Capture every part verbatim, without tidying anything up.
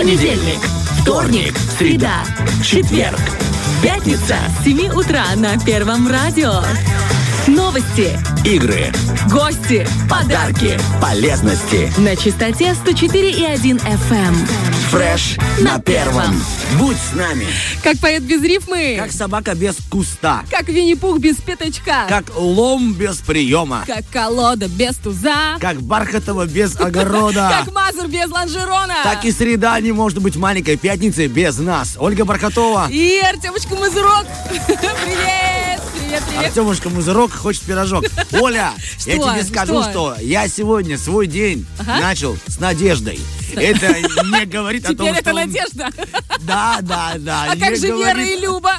Понедельник, вторник, среда, четверг, пятница с семи утра на Первом радио. Новости, игры, гости, подарки, полезности. На частоте сто четыре и один эф эм. Фреш на первом. Будь с нами. Как поэт без рифмы. Как собака без куста. Как Винни-Пух без пятачка. Как лом без приема. Как колода без туза. Как Бархатова без огорода. Как Мазур без лонжерона. Так и среда не может быть маленькой пятницей без нас. Ольга Бархатова. И Артемочка Мазурок. Привет. Привет, привет. Артемушка Мазурок хочет пирожок. Оля, я Что? тебе скажу, Что? что я сегодня свой день Ага. начал с надеждой. Это не говорит о том, Теперь что... это Надежда. Да, да, да. А не как же Вера говорит- и Люба?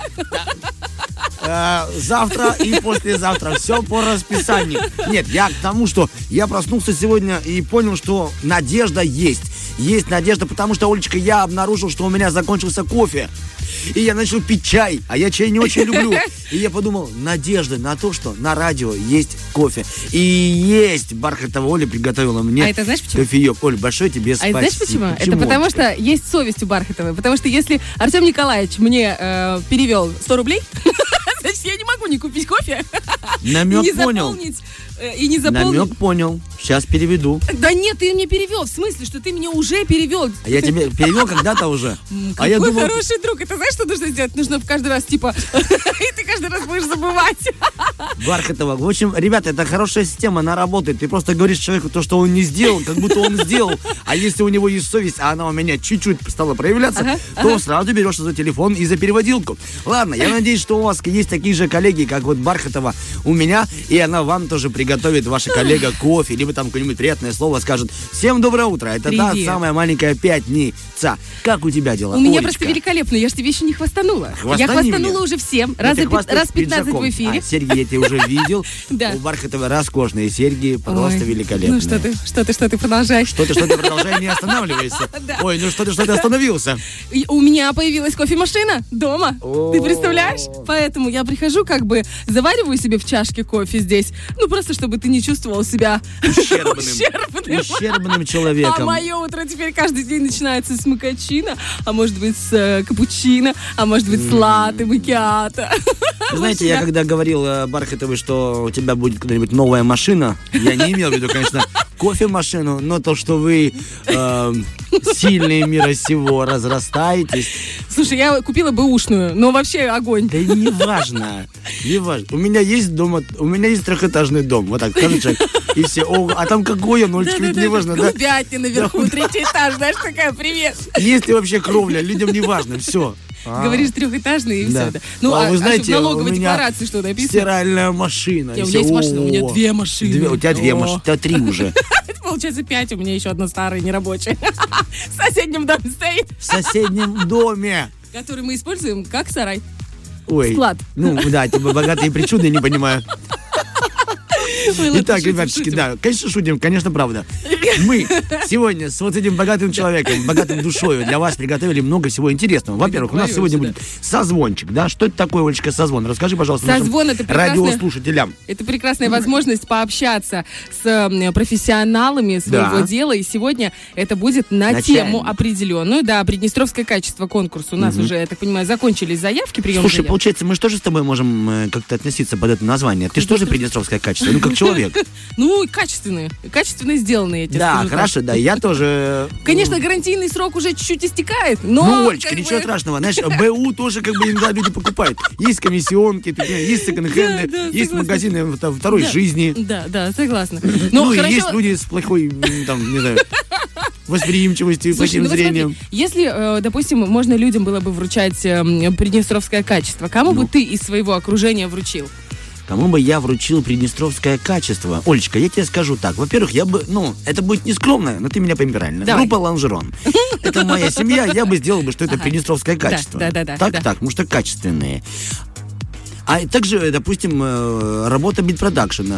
Э, завтра и послезавтра. Все по расписанию. Нет, я к тому, что я проснулся сегодня и понял, что надежда есть. Есть надежда, потому что, Олечка, я обнаружил, что у меня закончился кофе. И я начал пить чай, а я чай не очень люблю. И я подумал, надежда на то, что на радио есть кофе. И есть Бархатова Оля приготовила мне А это знаешь почему? кофеек. Оль, большое тебе А спасибо. это знаешь почему? Это потому Олечка? что есть совесть у Бархатовой. Потому что если Артем Николаевич мне э, перевел сто рублей, значит, я не могу не купить кофе. Намек и не понял. заполнить, э, и не заполнить. Намек понял. Сейчас переведу. Да нет, ты мне перевел. В смысле, что ты мне уже перевел. А я тебе перевел когда-то уже. М, А я Какой думал, хороший друг. Это знаешь, что нужно сделать? Нужно каждый раз, типа, и ты каждый раз будешь забывать. Бархатова. В общем, ребята, это хорошая система, она работает. Ты просто говоришь человеку то, что он не сделал, как будто он сделал. А если у него есть совесть, а она у меня чуть-чуть стала проявляться, Ага, то ага. сразу берешь за телефон и за переводилку. Ладно, я надеюсь, что у вас есть такие же коллеги, как вот Бархатова у меня, и она вам тоже приготовит, ваша коллега, кофе, либо там какое-нибудь приятное слово скажет. Всем доброе утро. Это та Привет. самая маленькая пятница. Как у тебя дела, У меня Олечка? просто великолепно. Я же тебе еще не хвастанула. Хвастани Я хвастанула мне. уже всем. Ну, Раз, ты за пи- хвастаешь раз пятнадцать пиджаком. в эфире. А, серьги я тебе уже видел. Да. У Бархатовой роскошные серьги, просто Ой, великолепные. Ну что ты, что ты, что ты, продолжай. Что ты, что ты, продолжай, не останавливайся. Да. Ой, ну что ты, что ты остановился? И у меня появилась кофемашина дома. Ты представляешь? Поэтому я прихожу, как бы завариваю себе в чашке кофе здесь. Ну, просто чтобы ты не чувствовал себя Ущербным. ущербным. Ущербным А человеком. мое утро теперь каждый день начинается с макачино, а может быть с э, капучино, а может быть с латте, макиато. Вы знаете, я когда говорил э, Бархатовой, что у тебя будет когда-нибудь новая машина, я не имел в виду, конечно, кофемашину, но то, что вы э, сильные мира сего разрастаетесь, Слушай, я купила бэушную, но вообще огонь. да не важно, не важно. У меня есть дома, у меня есть трехэтажный дом, вот так скажет человек, и все, о, а там какой он, Олечка, ведь не важно, да? Голубятня наверху, третий этаж, знаешь, такая, привет. Есть ли вообще кровля, людям не важно, все. Говоришь трехэтажный и Да. все. Да. Ну, А а, вы а знаете, что, в налоговой у меня декларации что написано? стиральная машина. Не, у И меня есть все, машина, у меня о, две машины. две- у тебя две О. машины, у тебя три уже. Это получается пять, у меня еще одна старая, нерабочая. В соседнем доме стоит, В соседнем доме. который мы используем как сарай. Ой. Склад. Ну, да, типа богатые причуды, не понимаю. Ой, ладно, Итак, шутим, ребятушки, шутим. да, конечно, шутим, конечно, правда. Мы сегодня с вот этим богатым человеком, богатым душой для вас приготовили много всего интересного. Во-первых, у нас говорю сегодня сюда. будет созвончик, да? Что это такое, Олечка, созвон? Расскажи, пожалуйста, Созвон — нашим это прекрасное- радиослушателям. Это прекрасная возможность пообщаться с м, профессионалами своего Да. дела. И сегодня это будет на Начальник. тему определенную. Да, Приднестровское качество конкурса. У нас уже, я так понимаю, закончились заявки, прием Слушай, заявок. получается, мы же тоже с тобой можем э, как-то относиться под это название. Ты же тоже приднестровское качество, ну, как человек. Ну, и качественные. Качественно сделанные, я тебе Да, скажу так. хорошо, да, я тоже... Конечно, гарантийный срок уже чуть-чуть истекает, но... Ну, Олечка, как ничего бы- страшного. Знаешь, БУ тоже как бы иногда люди покупают. Есть комиссионки, ты понимаешь, есть секонд-хенды, Да, да, есть согласна. магазины вто- второй Да. жизни. Да, да, согласна. Ну, Но и хорошо... есть люди с плохой, м, там, не знаю, восприимчивостью и Слушай, плохим ну вот зрением. смотри, если, э, допустим, можно людям было бы вручать э, приднестровское качество, кому Ну. бы ты из своего окружения вручил? Кому бы я вручил приднестровское качество? Олечка, я тебе скажу так. Во-первых, я бы, ну, это будет не скромно, но ты меня пойми правильно. Давай. Группа «Лонжерон». Это моя семья, я бы сделал бы, что это Ага. приднестровское Да, качество. да, да, да, Так, да. так, потому что качественные. А также, допустим, э, работа битпродакшена.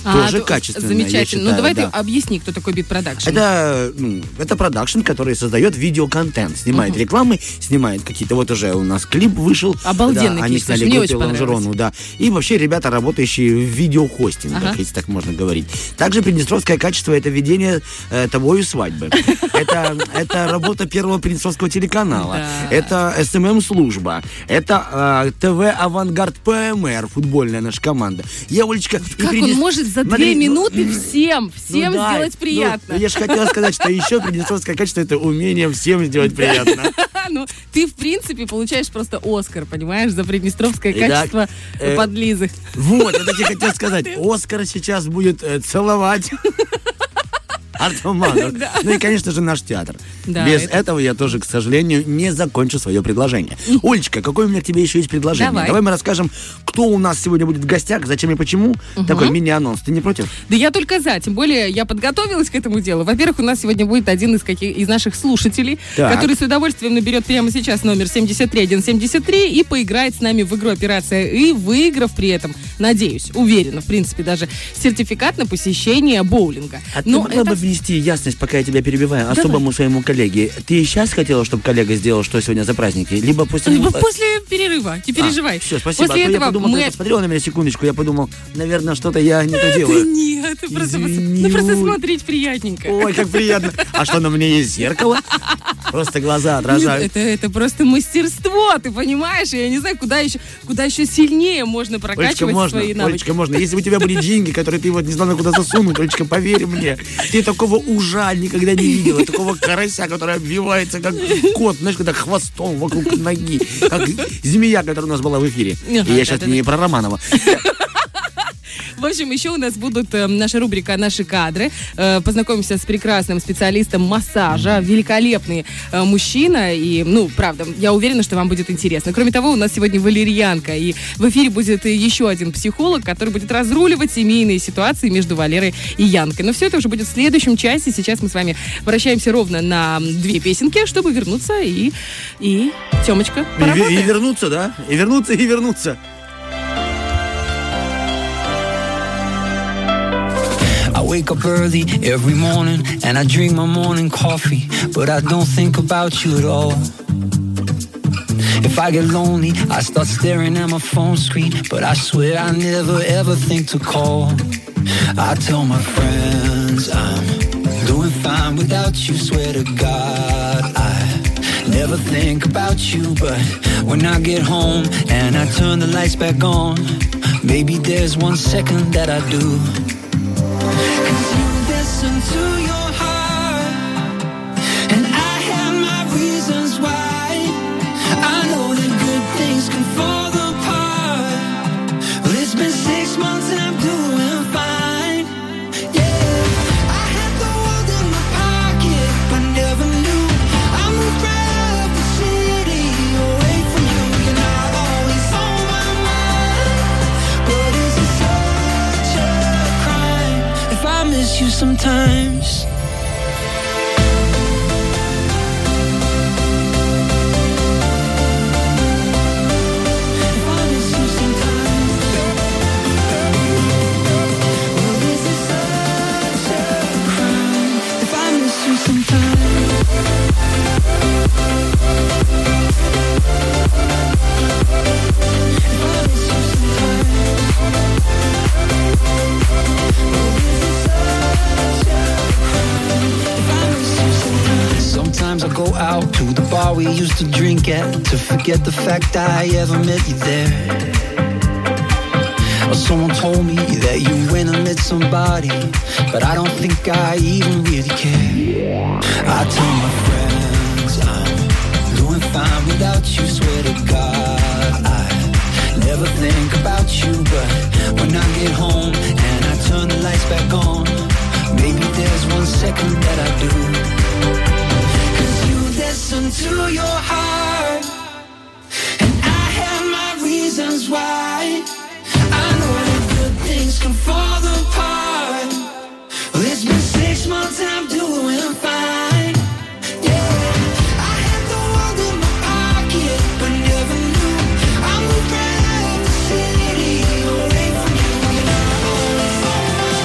А, тоже качественно. Замечательно. Считаю, ну, давай да. ты объясни, кто такой Beat Production. Это, ну, это продакшн, который создает видеоконтент. Снимает uh-huh. рекламы, снимает какие-то... Вот уже у нас клип вышел. Обалденный да, клип, они сняли мне группе Лонжерону, да. И вообще ребята, работающие в видеохостингах, ага. если так можно говорить. Также приднестровское качество — это ведение э, тобою свадьбы. Это, это работа первого приднестровского телеканала. Это эс эм эм-служба. Это ТВ «Авангард ПМР», футбольная наша команда. Я, Олечка... Как он может за две минуты всем, всем сделать приятно? Я же хотела сказать, что еще приднестровское качество — это умение всем сделать приятно. Ну, ты, в принципе, получаешь просто Оскар, понимаешь, за приднестровское качество подлизы. Вот, я так и хотел сказать. Оскар сейчас будет целовать Артеманов. Да. Ну и, конечно же, наш театр. Да, Без это... этого я тоже, к сожалению, не закончу свое предложение. Олечка, какое у меня к тебе еще есть предложение? Давай. Давай мы расскажем, кто у нас сегодня будет в гостях, зачем и почему. Угу. Такой мини-анонс. Ты не против? Да я только за. Тем более я подготовилась к этому делу. Во-первых, у нас сегодня будет один из, каких, из наших слушателей, так. который с удовольствием наберет прямо сейчас номер семь три один семь три и поиграет с нами в игру «Операция И», выиграв при этом, надеюсь, уверена, в принципе, даже сертификат на посещение боулинга. А Но ты могла это... бы внести ясность, пока я тебя перебиваю, Давай. особому своему коллеге. Ты сейчас хотела, чтобы коллега сделал, что сегодня за праздники? Либо после... Либо после перерыва, не переживай. А, все, спасибо. После а этого я подумал, мы... ты посмотрела на меня секундочку, я подумал, наверное, что-то я не то делаю. Нет, ты просто, ну, просто смотреть приятненько. Ой, как приятно. А что, на мне есть зеркало? Просто глаза отражают. Нет, это, это просто мастерство, ты понимаешь? Я не знаю, куда еще, куда еще сильнее можно прокачивать Олечка, можно, свои навыки. Олечка, можно. Если у тебя были деньги, которые ты вот не знала, куда засунуть, Олечка, поверь мне, ты такого ужа никогда не видела, такого карася, который обвивается, как кот, знаешь, когда хвостом вокруг ноги, как змея, которая у нас была в эфире. И я сейчас не про Романова. В общем, еще у нас будут э, наша рубрика «Наши кадры». Э, познакомимся с прекрасным специалистом массажа. Великолепный э, мужчина. И, ну, правда, я уверена, что вам будет интересно. Кроме того, у нас сегодня валерьянка. И в эфире будет еще один психолог, который будет разруливать семейные ситуации между Валерой и Янкой. Но все это уже будет в следующем часе. Сейчас мы с вами вращаемся ровно на две песенки, чтобы вернуться и... И, Тёмочка, поработаем. И, и вернуться, да? И вернуться, и вернуться. I wake up early every morning and I drink my morning coffee, but I don't think about you at all. If I get lonely, I start staring at my phone screen, but I swear I never ever think to call. I tell my friends I'm doing fine without you, swear to God I never think about you, but when I get home and I turn the lights back on, maybe there's one second that I do. Listen to your heart, and I have my reasons why. I know that good things can fall apart, but it's been six months and I'm doing fine. Yeah, I had the world in my pocket, but never knew I moved right out of the city away from you. You're not always on my mind, but is it such a crime if I miss you sometimes? I go out to the bar we used to drink at to forget the fact I ever met you there. Or someone told me that you went and met somebody, but I don't think I even really care. I tell my friends I'm doing fine without you, swear to God I never think about you, but when I get home and I turn the lights back on, maybe there's one second that I do. Listen to your heart, and I have my reasons why. I know that good things can fall apart. Well, it's been six months and I'm doing fine. Yeah, I had the world in my pocket, but never knew I moved right out of the city away from you. You're not always on my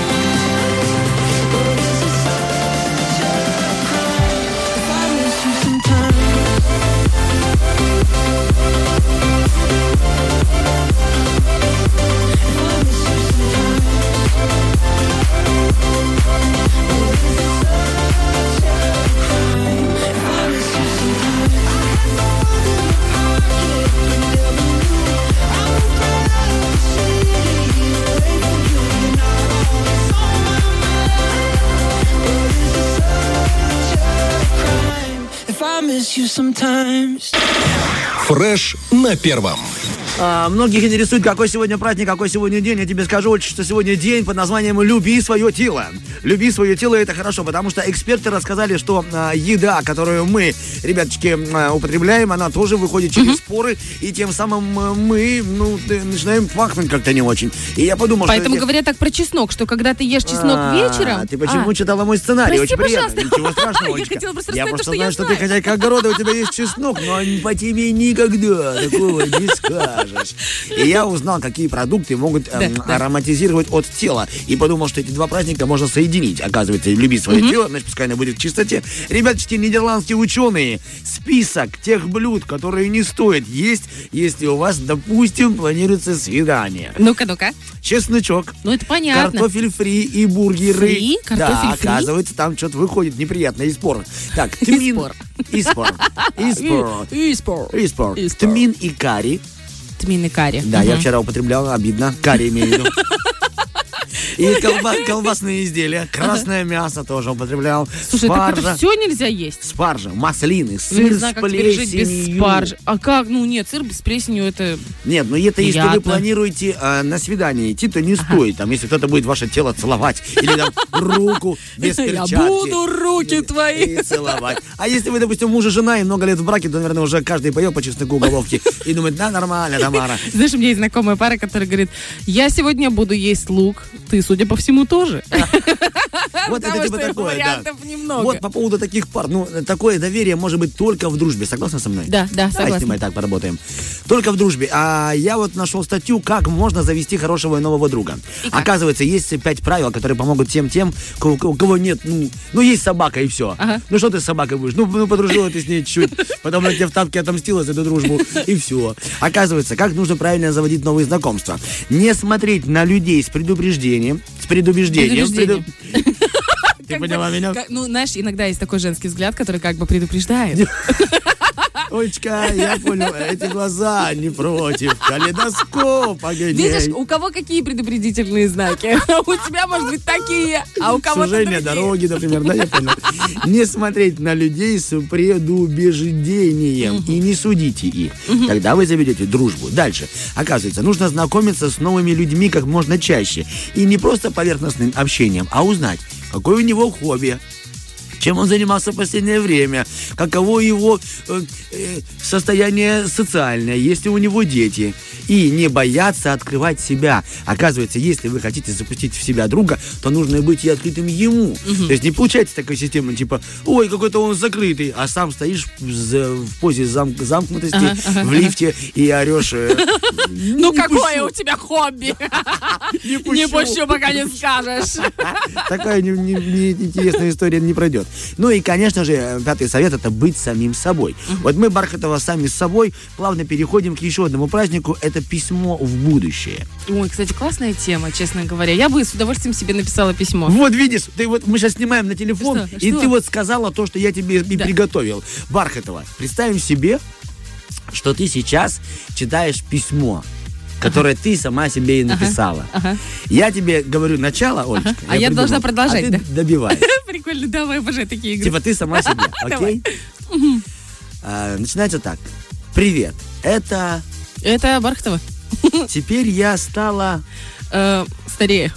if I miss you sometimes. Фреш на первом. А, многих интересует, какой сегодня праздник, какой сегодня день. Я тебе скажу, что сегодня день под названием «Люби свое тело». Люби свое тело, это хорошо, потому что эксперты рассказали, что а, еда, которую мы, ребяточки, а, употребляем, она тоже выходит через mm-hmm. поры, и тем самым а, мы ну, начинаем пахнуть как-то не очень. И я подумал, Поэтому что... говорят так про чеснок, что когда ты ешь чеснок А, вечером... Ты почему А. читала мой сценарий? Прости, Очень приятно. пожалуйста. Ничего страшного, Я Олечка. хотела просто Я рассказать просто то, что знаю, я что знаю. ты хозяйка огорода, у тебя есть чеснок, но по тебе никогда такого не скажешь. И я узнал, какие продукты могут эм, Да, да. ароматизировать от тела. И подумал, что эти два праздника можно соединить. Оказывается, люби свое тело, значит, пускай оно будет в чистоте. Ребяточки, нидерландские ученые, список тех блюд, которые не стоит есть, если у вас, допустим, планируется свидание. Ну-ка, ну-ка. Чесночок. Ну, это понятно. Картофель фри и бургеры. Фри? Картофель да, фри? оказывается, там что-то выходит неприятно из спор. Так, тмин. спор. И спор. И спор. И спор. И спор. И спор. Тмин и карри. Тмин и карри. Да, я Мгм. вчера употреблял, обидно. Карри имею в виду. И колба- колбасные изделия. Красное мясо тоже употреблял. Слушай, так это Спаржа. все нельзя есть. Спаржа, маслины, Я сыр не знаю, с как теперь жить без плесенью. спаржи. А как? Ну нет, сыр без плесенью это... Нет, ну это если вы Приятно. планируете а, на свидание идти, то не стоит. Там, если кто-то будет ваше тело целовать или там руку без Я перчатки. буду руки твои. И целовать. А если вы, допустим, муж и жена и много лет в браке, то, наверное, уже каждый поел по чесноку головки и думает, да, нормально, Тамара. Знаешь, у меня есть знакомая пара, которая говорит, я сегодня буду есть лук, ты, судя по всему, тоже. Вот это Потому типа что такое, да. вариантов немного. Вот по поводу таких пар. Ну, такое доверие может быть только в дружбе. Согласна со мной? Да, да, Давай согласна. с ним и так поработаем. Только в дружбе. А я вот нашел статью, как можно завести хорошего и нового друга. И как? Оказывается, есть пять правил, которые помогут всем тем, у кого- у кого нет, ну, ну есть собака и все. Ага. Ну что ты с собакой будешь? Ну, ну подружила ты с ней чуть-чуть, потом она тебе в тапке отомстила за эту дружбу, и все. Оказывается, как нужно правильно заводить новые знакомства. Не смотреть на людей с предупреждением, с предубеждением. с преду- Предупреждением. Ты Как бы, поняла меня? как- ну, знаешь, иногда есть такой женский взгляд, который как бы предупреждает. Олечка, я понял, эти глаза не против. Калейдоскоп, огоней. Видишь, у кого какие предупредительные знаки? У тебя, может быть, такие, а у кого-то Сужение другие. дороги, например, да, я понял. Не смотреть на людей с предубеждением и не судите их. Тогда вы заведете дружбу. Дальше. Оказывается, нужно знакомиться с новыми людьми как можно чаще. И не просто поверхностным общением, а узнать, какое у него хобби, чем он занимался в последнее время, каково его э, э, состояние социальное, есть ли у него дети. И не бояться открывать себя. Оказывается, если вы хотите запустить в себя друга, то нужно быть и открытым ему. То есть не получается такой системы, типа, ой, какой-то он закрытый, а сам стоишь в, за- в позе зам- замкнутости Ага, ага, в лифте и орешь. э, Ну, «Не какое пущу, у тебя хобби? не Не пущу, пока не скажешь. Такая не- не- не- интересная история не пройдет. Ну и, конечно же, пятый совет — это быть самим собой. Вот мы, Бархатова, сами с собой плавно переходим к еще одному празднику. Это письмо в будущее. Ой, кстати, классная тема, честно говоря. Я бы с удовольствием себе написала письмо. Вот видишь, ты вот мы сейчас снимаем на телефон, Что? и Что? ты вот сказала то, что я тебе и Да. приготовил. Бархатова, представим себе, что ты сейчас читаешь письмо, которое ты сама себе и написала. ага. Я тебе говорю начало, Олечка. А я должна продолжать, а ты да? добивай. Прикольно, давай, обожаю такие игры. Типа ты сама себе, Давай. окей? А, Начинается так. Привет, это Это Бархатова. теперь я стала, Э, Старее.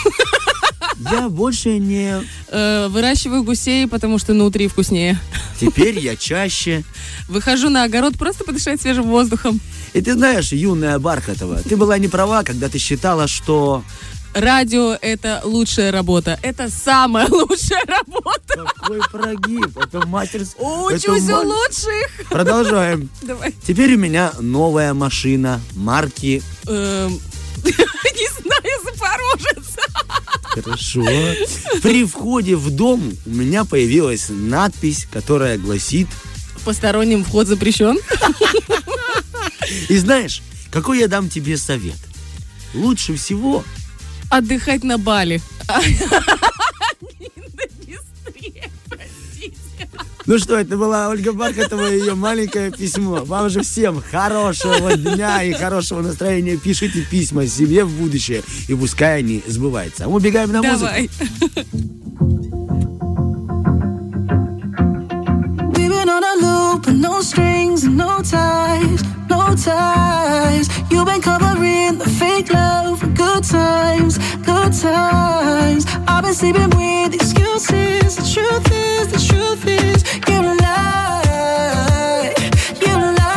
я больше не, Э, Выращиваю гусей, потому что внутри вкуснее. теперь я чаще. Выхожу на огород просто подышать свежим воздухом. И ты знаешь, юная Бархатова, ты была не права, когда ты считала, что... Радио — это лучшая работа. Это самая лучшая работа. Какой прогиб, это мастерство. Учусь у лучших. Продолжаем. Давай. Теперь у меня новая машина марки... Эм, Не знаю, Запорожец. Хорошо. При входе в дом у меня появилась надпись, которая гласит... Посторонним вход запрещен. И знаешь, какой я дам тебе совет? Лучше всего... Отдыхать на Бали. На Днестре, простите. Ну что, это была Ольга Бархатова и ее маленькое письмо. Вам же всем хорошего дня и хорошего настроения. Пишите письма себе в будущее, и пускай они сбываются. А мы убегаем на музыку. Давай. We've been on a with no strings and no ties, no ties. You've been covering the fake love for good times, good times. I've been sleeping with excuses. The truth is, the truth is, you lie, you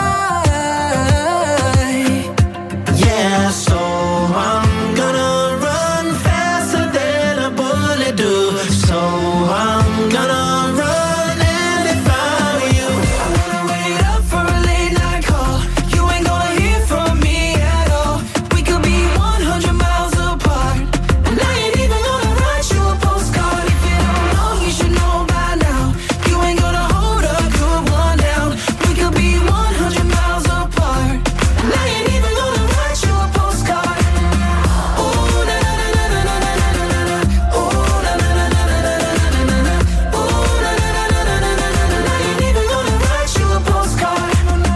lie. Yeah, so I'm gonna run faster than a bullet do. So I'm gonna run, and if I were you, I wanna wait up for a late night call. You ain't gonna hear from me at all. We could be one hundred miles apart, and I ain't even gonna write you a postcard. If you don't know, you should know by now. You ain't gonna hold a good one down. We could be one hundred miles apart, and I ain't even gonna write you a postcard. Ooh, na na na na na na na na na. Ooh, na na na na na na na na na. Ooh, na na na na na na na na. I ain't even gonna write you a postcard.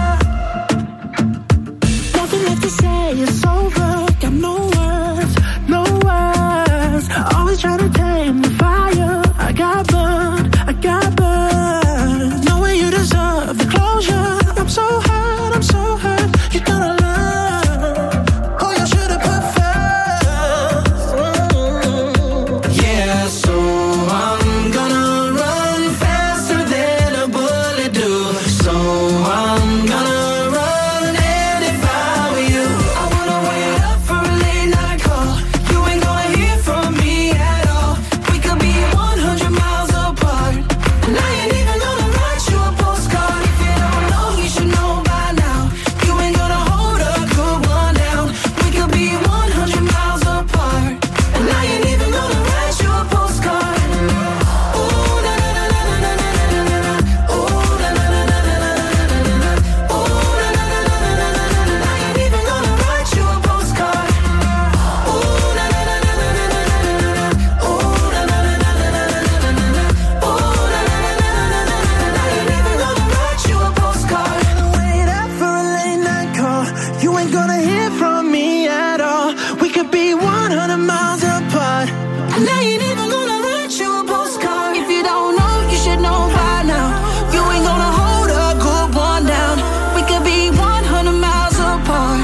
Nothing left to say, it's over. Got no words, no words. Always trying to tame the fire. I got burned, I got burned. Knowing you deserve the closure. I'm so hurt, I'm so hurt. You gotta learn. Oh, you should've put first. Yeah, so I'm gonna run faster than a bullet do. So I'm gonna run, and if I were you, I wanna wait up for a late night call. You ain't gonna hear from me at all. We could be one hundred miles apart, and I ain't even gonna write you a postcard. If you don't know, you should know by now. You ain't gonna hold a good one down. We could be one hundred miles apart, and I ain't even gonna write you a postcard. Ooh, na na na na na na na na na. Ooh, na na na na na na na na na. Ooh, na na na na na na na na. I ain't even gonna write you a postcard. Ooh, na na na na na na na na na. Ooh, na na na na na na na na na. Ooh, na na na na na na na. I ain't even gonna write you a postcard. Wait up for a late night call. You ain't gonna hear from me at all. We could be one hundred miles apart, and I ain't even gonna write you a postcard. If you don't know, you should know by now. You ain't gonna hold a good one down. We could be one hundred miles apart,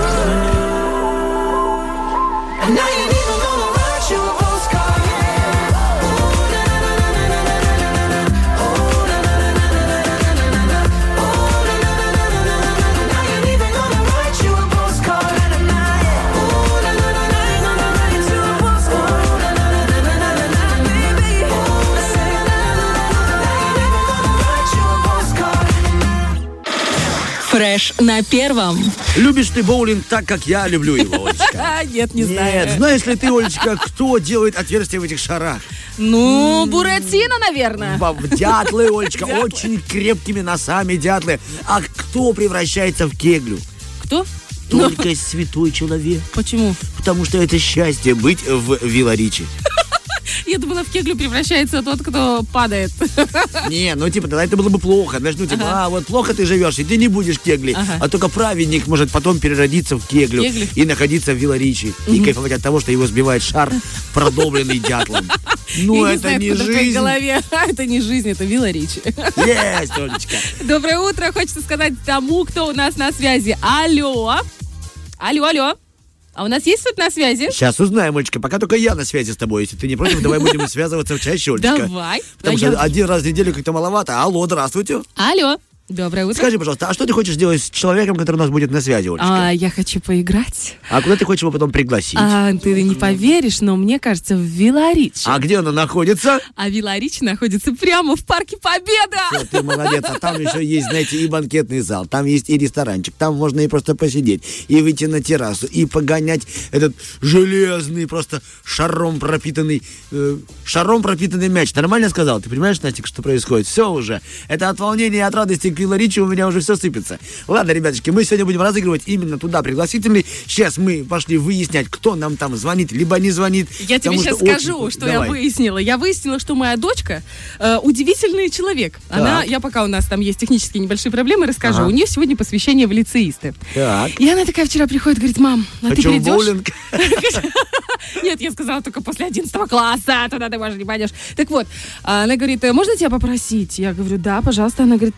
and I ain't even gonna write you a postcard. Ooh, na na na na na na na na na. Ooh, na na na na na na na na na. Ooh, na na na na na na na na. I ain't even gonna write you a postcard. Ooh, na na na na, I ain't gonna write you a postcard. Ooh, na na na na na na na, baby. Ooh, na na na na na na. I ain't even gonna write you a postcard. Фреш на первом. Любишь ты боулинг так, как я люблю его, Олечка? А, нет, не знаю. Нет, знаешь ли ты, Олечка, кто делает отверстия в этих шарах? Ну, Буратино, наверное. В дятлы, Олечка, очень крепкими носами дятлы. А кто превращается в кеглю? Кто? Только святой человек. Почему? Потому что это счастье быть в Вилла Ричи. Я думала, в кеглю превращается тот, кто падает. Не, ну типа, тогда это было бы плохо. Знаешь, ну типа, Ага. а вот плохо ты живешь, и ты не будешь кегли. Ага. А только праведник может потом переродиться в кеглю Кегли? и находиться в Вилла Ричи. И кайфовать от того, что его сбивает шар, продолбленный дятлом. Ну, Я это знаю, не откуда в твоей жизнь. голове. Это не жизнь, это Вилла Ричи. Есть, Олечка. Доброе утро. Хочется сказать тому, кто у нас на связи. Алло. Алло, алло. А у нас есть кто-то на связи? Сейчас узнаем, Олечка. Пока только я на связи с тобой. Если ты не против, давай будем связываться чаще, Олечка. Давай. Потому А что я- один раз в неделю как-то маловато. Алло, здравствуйте. Алло. Доброе утро. Скажи, пожалуйста, а что ты хочешь сделать с человеком, который у нас будет на связи, Олечка? А, я хочу поиграть. А куда ты хочешь его потом пригласить? А, ты не поверишь, но мне кажется, в Вилла Ричи. А где она находится? А Вилла Ричи находится прямо в Парке Победа. Всё, ты молодец. А там еще есть, знаете, и банкетный зал, там есть и ресторанчик, там можно и просто посидеть, и выйти на террасу, и погонять этот железный, просто шаром пропитанный, э, шаром пропитанный мяч. Нормально сказал? Ты понимаешь, Настик, что происходит? Все уже. Это от волнения и от радости к Вилла Ричи у меня уже все сыпется. Ладно, ребяточки, мы сегодня будем разыгрывать именно туда пригласительный. Сейчас мы пошли выяснять, кто нам там звонит, либо не звонит. Я тебе потому сейчас что скажу, очень- что Давай. я выяснила. Я выяснила, что моя дочка э, удивительный человек. Она, Так. я пока у нас там есть технические небольшие проблемы, расскажу. Ага. У нее сегодня посвящение в лицеисты. Так. И она такая вчера приходит, говорит: мам, а ты Хочу в придешь? боулинг. Нет, я сказала только после одиннадцатого класса, туда ты, может, не пойдешь. Так вот, а, она говорит: «Э, можно тебя попросить? Я говорю: да, пожалуйста. Она говорит: ты можешь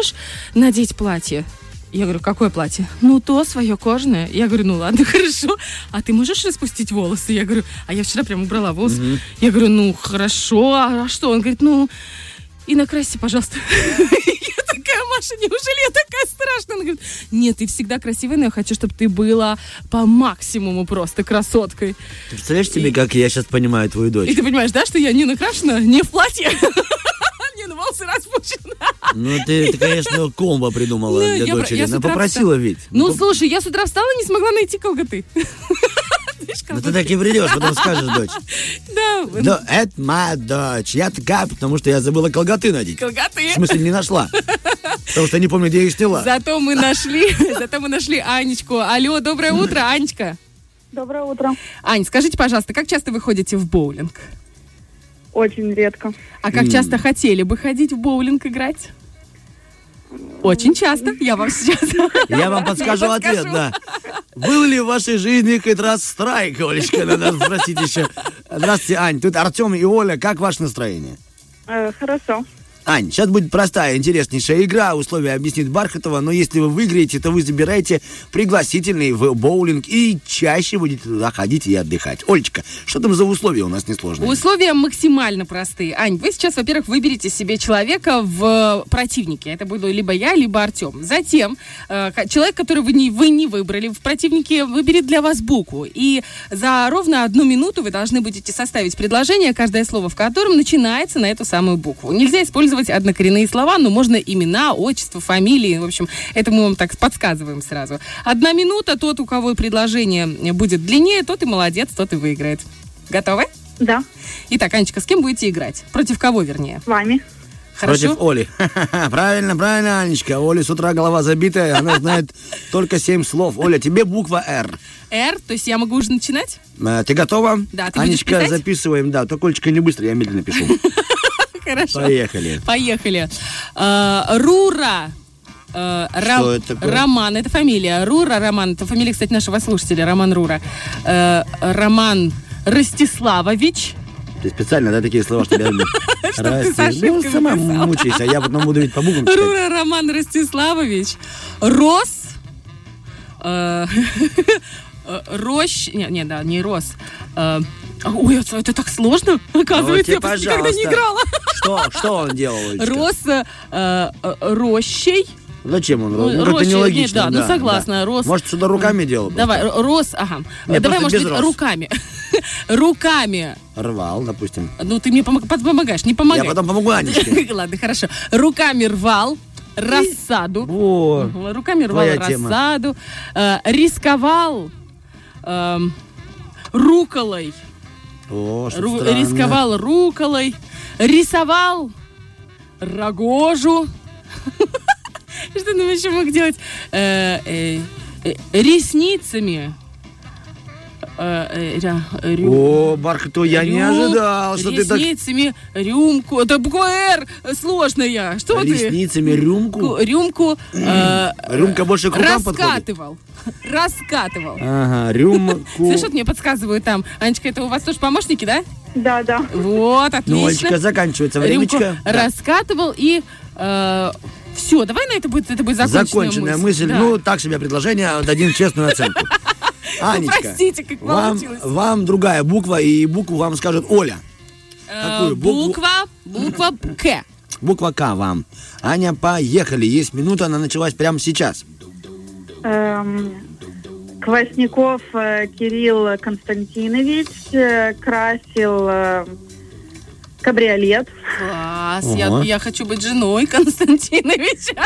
можешь надеть платье? Я говорю, какое платье? Ну, то свое кожаное. Я говорю, ну ладно, хорошо. А ты можешь распустить волосы? Я говорю, а я вчера прям убрала волосы. Mm-hmm. Я говорю, ну, хорошо. А что? Он говорит, ну, и накрасьте, пожалуйста. Я такая, Маша, неужели я такая страшная? Он говорит, нет, ты всегда красивая, но я хочу, чтобы ты была по максимуму просто красоткой. Ты представляешь себе, как я сейчас понимаю твою дочь? И ты понимаешь, да, что я не накрашена, не в платье? Не, ну волосы распущены. Ну, ты, ты, конечно, комбо придумала Ну, для я про- дочери. я с Она утра попросила встала. ведь. Ну, Ну, слушай, я с утра встала, не смогла найти колготы. Видишь, ну, ты колготки? так и придешь, потом скажешь, дочь. Да, Да, это моя дочь. Я такая, потому что я забыла колготы надеть. колготы. В смысле, не нашла. Потому что не помню, где я их сняла. Зато мы нашли, зато мы нашли Анечку. Алло, доброе утро, Анечка. Доброе утро. Ань, скажите, пожалуйста, как часто вы ходите в боулинг? Очень редко. А как часто хотели бы ходить в боулинг играть? Очень часто. Я вам сейчас... Я вам подскажу Я ответ, подскажу. да. Был ли в вашей жизни хоть раз страйк, Олечка? Надо спросить еще. Здравствуйте, Ань. Тут Артем и Оля. Как ваше настроение? Э, хорошо. Ань, сейчас будет простая, интереснейшая игра. Условия объяснит Бархатова. Но если вы выиграете, то вы забираете пригласительный в боулинг и чаще будете туда ходить и отдыхать. Олечка, что там за условия у нас несложные? Условия максимально простые. Ань, вы сейчас, во-первых, выберете себе человека в противнике. Это буду либо я, либо Артем. Затем э, человек, который вы не, вы не выбрали в противнике, выберет для вас букву. И за ровно одну минуту вы должны будете составить предложение, каждое слово в котором начинается на эту самую букву. Нельзя использовать однокоренные слова, но можно имена, отчество, фамилии. В общем, это мы вам так подсказываем сразу. Одна минута, тот, у кого предложение будет длиннее, тот и молодец, тот и выиграет. Готовы? Да, Итак, Анечка, с кем будете играть? Против кого, вернее? с вами. Хорошо? Против Оли. Правильно, правильно, Анечка. Оля с утра голова забитая, она знает только семь слов. Оля, тебе буква «Р». Р, то есть я могу уже начинать? Э, Ты готова? Да, ты будешь Анечка, писать? записываем, да. Только, Олечка, не быстро, я медленно пишу. Хорошо. Поехали. Поехали. А, Рура. А, Ра- Что это такое? Роман, это фамилия. Рура Роман, это фамилия, кстати, нашего слушателя, Роман Рура. А, Роман Ростиславович. Ты специально, да, такие слова, чтобы я... ты с ошибками Ну, сама писала. мучайся, а я потом буду ведь по буквам читать. Рура Роман Ростиславович. Рос. э, э, Рощ. Не, не, да, не Рос. Э, Ой, это это так сложно, оказывается, я Вот тебе, просто никогда не играла. Что, что он делал, Олечка? Рос э, э, рощей. Зачем он? Ну, Ну, как-то рощи, нелогично. нет, да, ну, согласна, рос. Может, сюда руками делал? бы? Давай, р- рос, ага. Нет, Давай, просто может без быть, роз. руками. Руками. Рвал, допустим. Ну, ты мне помог- помогаешь, не Я помогай. потом помогу Анечке. Ладно, хорошо. Руками рвал рассаду. Во. Мгм, Руками рвал Твоя тема. рассаду. Э, Рисковал эм, руколой. О, что Ру- странно. рисковал руколой. Рисовал рогожу. Что нам еще мог делать? Э, э, э, Ресницами. Э, э, ря- рю- О, Бархатова, я не рю- ожидал, что ты так... Ресницами рюмку. Это буква «Р» сложная. Что ты? Ресницами рюмку. Ку- Рюмку. э, Рюмка больше к рукам подходит. Раскатывал. Раскатывал. Ага, рюмку. Слышь, вот мне подсказывают там. Анечка, это у вас тоже помощники, да? Да, да. Вот, отлично. Ну, Олечка, заканчивается Рюмку времечко. Да. раскатывал и... все, давай на это будет, это будет законченная, Законченная мысль. Да. Ну, так себе предложение, дадим честную оценку. Анечка, простите, как вам, получилось. вам другая буква, и букву вам скажет Оля. Э, какую букву? Буква, буква К. Буква К вам. Аня, поехали. Есть минута, она началась прямо сейчас. Эм, Квасников э, Кирилл Константинович э, красил э, кабриолет. Класс, Ого. я, я хочу быть женой Константиновича.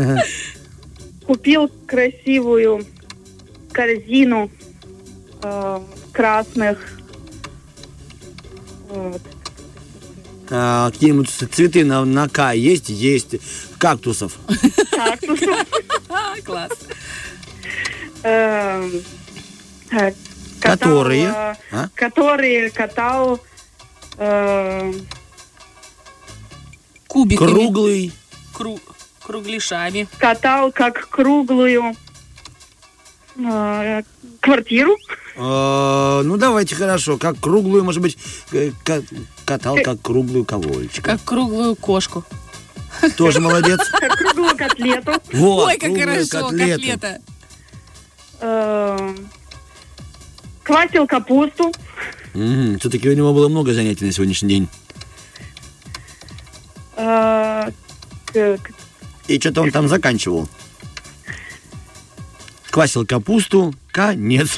Купил красивую корзину э, красных вот, А, какие-нибудь цветы на, на К есть? Есть. Кактусов. кактусов. А, класс. Эм, э, катал, Которые? э, А? Которые катал э, Кубиками. Круглый. Кру- кругляшами. катал как круглую э, квартиру. Э, ну, давайте, хорошо. Как круглую, может быть, э, ка- катал как круглую кого, Олечка? Как круглую кошку. Тоже молодец. Круглую котлету. Вот, Ой, как круглую хорошо, котлету. котлета. э, Квасил капусту. Мгм, все-таки у него было много занятий на сегодняшний день. э, к- к- И что-то он там заканчивал. Квасил капусту, конец.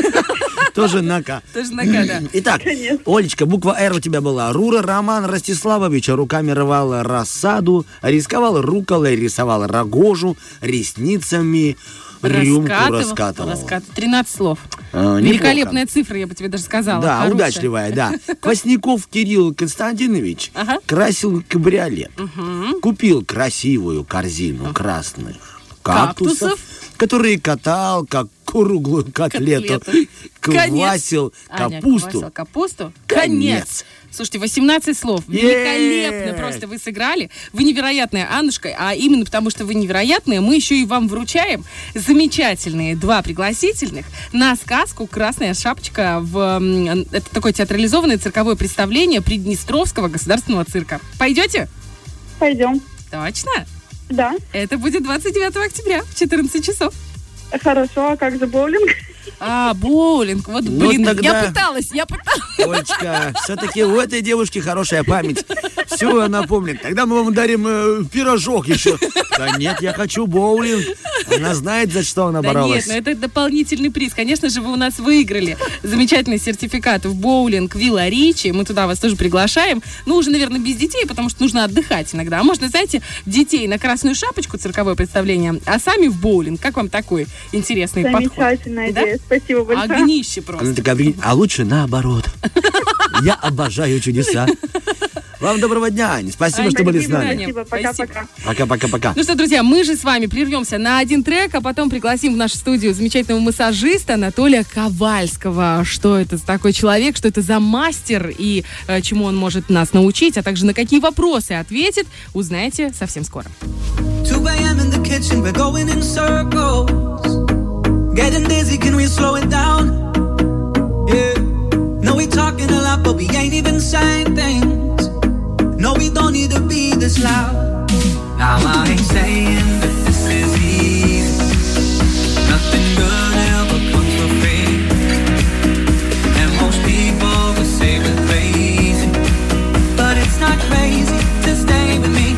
Тоже на К. Тоже на К, да. Итак, Конец. Олечка, буква Р у тебя была. Рура Роман Ростиславович руками рвала рассаду, рисковал руколой, рисовал рогожу, ресницами рюмку раскатывал. Раскатывал. тринадцать слов. А, неплохо. Великолепная цифра, я бы тебе даже сказала. Да, Хорошая. удачливая, да. Квасников Кирилл Константинович Ага. красил кабриолет. Купил красивую корзину красных кактусов, Кактусов. которые катал, как круглую котлету. Котлету. Квасил Аня, капусту. квасил капусту. Конец. Конец. Слушайте, восемнадцать слов. Великолепно Есть. просто вы сыграли. Вы невероятная, Аннушка. А именно потому, что вы невероятные, мы еще и вам вручаем замечательные два пригласительных на сказку «Красная шапочка». В, м, это такое театрализованное цирковое представление Приднестровского государственного цирка. Пойдете? Пойдем. Точно? Да. Это будет двадцать девятого октября в четырнадцать часов. Хорошо, а как же боулинг? А, боулинг. Вот, Ну, блин, тогда- я пыталась, я пыталась. Олечка, все-таки у этой девушки хорошая память. Все она помнит. Тогда мы вам дарим э, пирожок еще. Да нет, я хочу боулинг. Она знает, за что она Да боролась. нет, ну это дополнительный приз. Конечно же, вы у нас выиграли замечательный сертификат в боулинг Вилла Ричи. Мы туда вас тоже приглашаем. Ну, уже, наверное, без детей, потому что нужно отдыхать иногда. А можно, знаете, детей на красную шапочку, цирковое представление, а сами в боулинг. Как вам такой интересный подход? Замечательная Да? идея. Спасибо большое. Огнище просто. Она такая, «Прикинь, а лучше наоборот. Я обожаю чудеса. Вам доброго дня, Ань. Спасибо, Ань, что были с спасибо, нами. Аня. Спасибо, пока-пока. Пока-пока-пока. Ну что, друзья, мы же с вами прервемся на один трек, а потом пригласим в нашу студию замечательного массажиста Анатолия Ковальского. Что это за такой человек, что это за мастер и э, чему он может нас научить, а также на какие вопросы ответит, узнаете совсем скоро. two a.m. in the kitchen, we're going in circles. Getting dizzy, can we slow it down? Yeah. No, we talking a lot, but we ain't even saying things. No, we don't need to be this loud. Now I ain't saying that this is easy. Nothing good ever comes for free. And most people will say we're crazy, but it's not crazy to stay with me.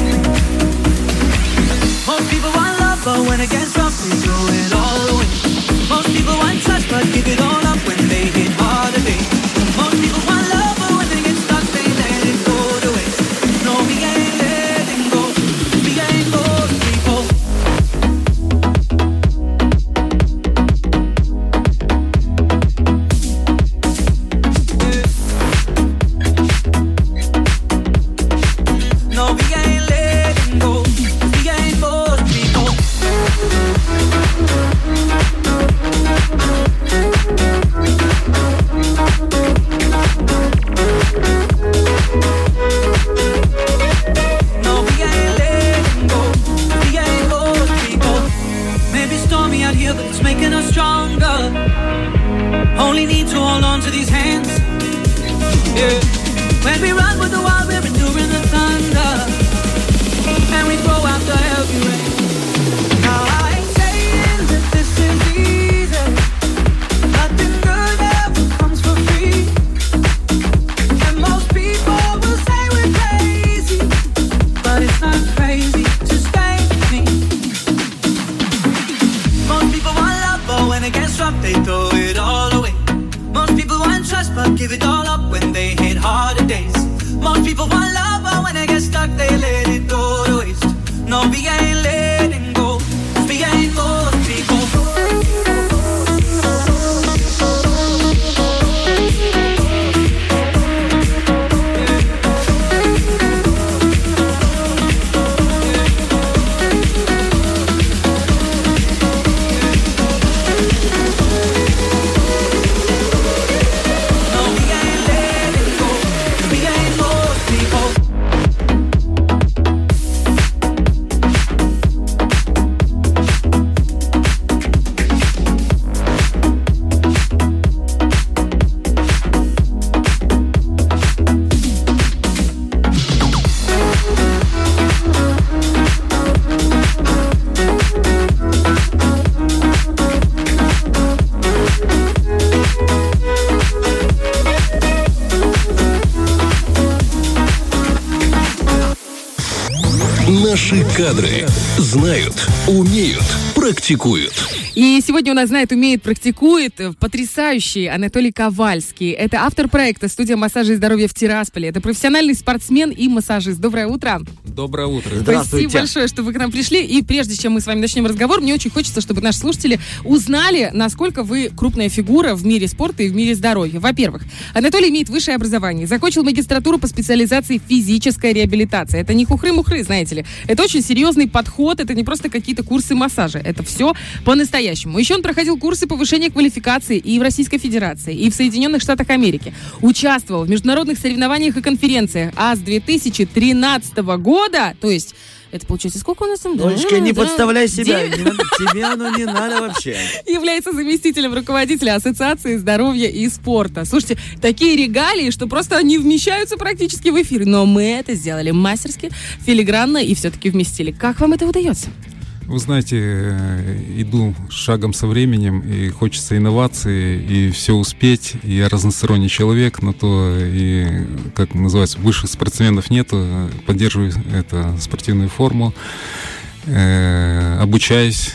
Most people want love, but when it gets rough, they throw it all away. Most people want touch, but give it all up when they hit harder days. Most people want love, but when they get stuck, they let it go to waste. No, we ain't letting go. We ain't those people. No, we ain't letting go. We ain't those people. Кадры знают, умеют, практикуют. И сегодня у нас знает, умеет, практикует потрясающий Анатолий Ковальский. Это автор проекта «Студия массажа и здоровья в Тирасполе». Это профессиональный спортсмен и массажист. Доброе утро. Доброе утро. Здравствуйте. Спасибо большое, что вы к нам пришли. И прежде чем мы с вами начнем разговор, мне очень хочется, чтобы наши слушатели узнали, насколько вы крупная фигура в мире спорта и в мире здоровья. Во-первых, Анатолий имеет высшее образование. Закончил магистратуру по специализации физическая реабилитация. Это не хухры-мухры, знаете ли. Это очень серьезный подход. Это не просто какие-то курсы массажа. Это все по-настоящему. Еще он проходил курсы повышения квалификации и в Российской Федерации, и в Соединенных Штатах Америки. Участвовал в международных соревнованиях и конференциях. А с две тысячи тринадцатого года, то есть, это получается, сколько у нас там? Олечка, не Да, подставляй себя. девять. Не надо- тебе оно не надо вообще. Является заместителем руководителя Ассоциации здоровья и спорта. Слушайте, такие регалии, что просто не вмещаются практически в эфир. Но мы это сделали мастерски, филигранно и все-таки вместили. Как вам это удается? Вы знаете, э, иду шагом со временем, и хочется инноваций, и все успеть. И я разносторонний человек, но то и, как называется, высших спортсменов нету. Поддерживаю это, спортивную форму, э, обучаюсь.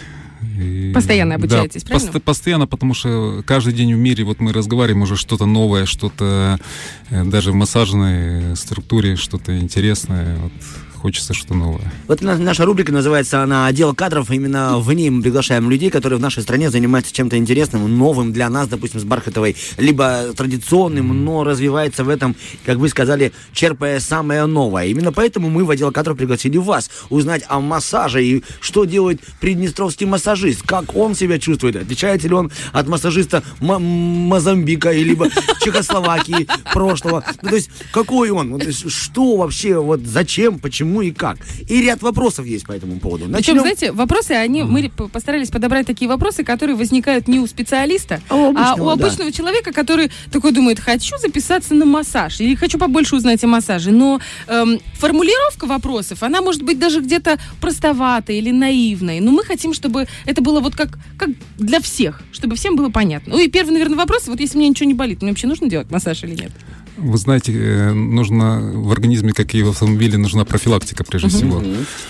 И- Постоянно обучаетесь, да, правильно? пост- постоянно, потому что каждый день в мире, вот мы разговариваем, уже что-то новое, что-то э, даже в массажной структуре, что-то интересное. Вот, хочется что-то новое. Вот на- наша рубрика называется она «Отдел кадров». Именно в ней мы приглашаем людей, которые в нашей стране занимаются чем-то интересным, новым для нас, допустим, с Бархатовой, либо традиционным, но развивается в этом, как вы сказали, черпая самое новое. Именно поэтому мы в отдел кадров пригласили вас узнать о массаже и что делает приднестровский массажист, как он себя чувствует, отличается ли он от массажиста М- Мозамбика или либо Чехословакии прошлого. Ну, то есть, какой он? Вот, то есть, что вообще, вот зачем, почему и как? И ряд вопросов есть по этому поводу. Причем, Начнем. знаете, вопросы, они, мы п- постарались подобрать такие вопросы, которые возникают не у специалиста, А у обычного, а у да. обычного человека, который такой думает, хочу записаться на массаж, или хочу побольше узнать о массаже. Но эм, формулировка вопросов, она может быть даже где-то простоватой или наивной. Но мы хотим, чтобы это было вот как, как для всех, чтобы всем было понятно. Ну и первый, наверное, вопрос, вот если мне ничего не болит, мне вообще нужно делать массаж или нет? Вы знаете, э, нужно в организме, как и в автомобиле, нужна профилактика прежде всего.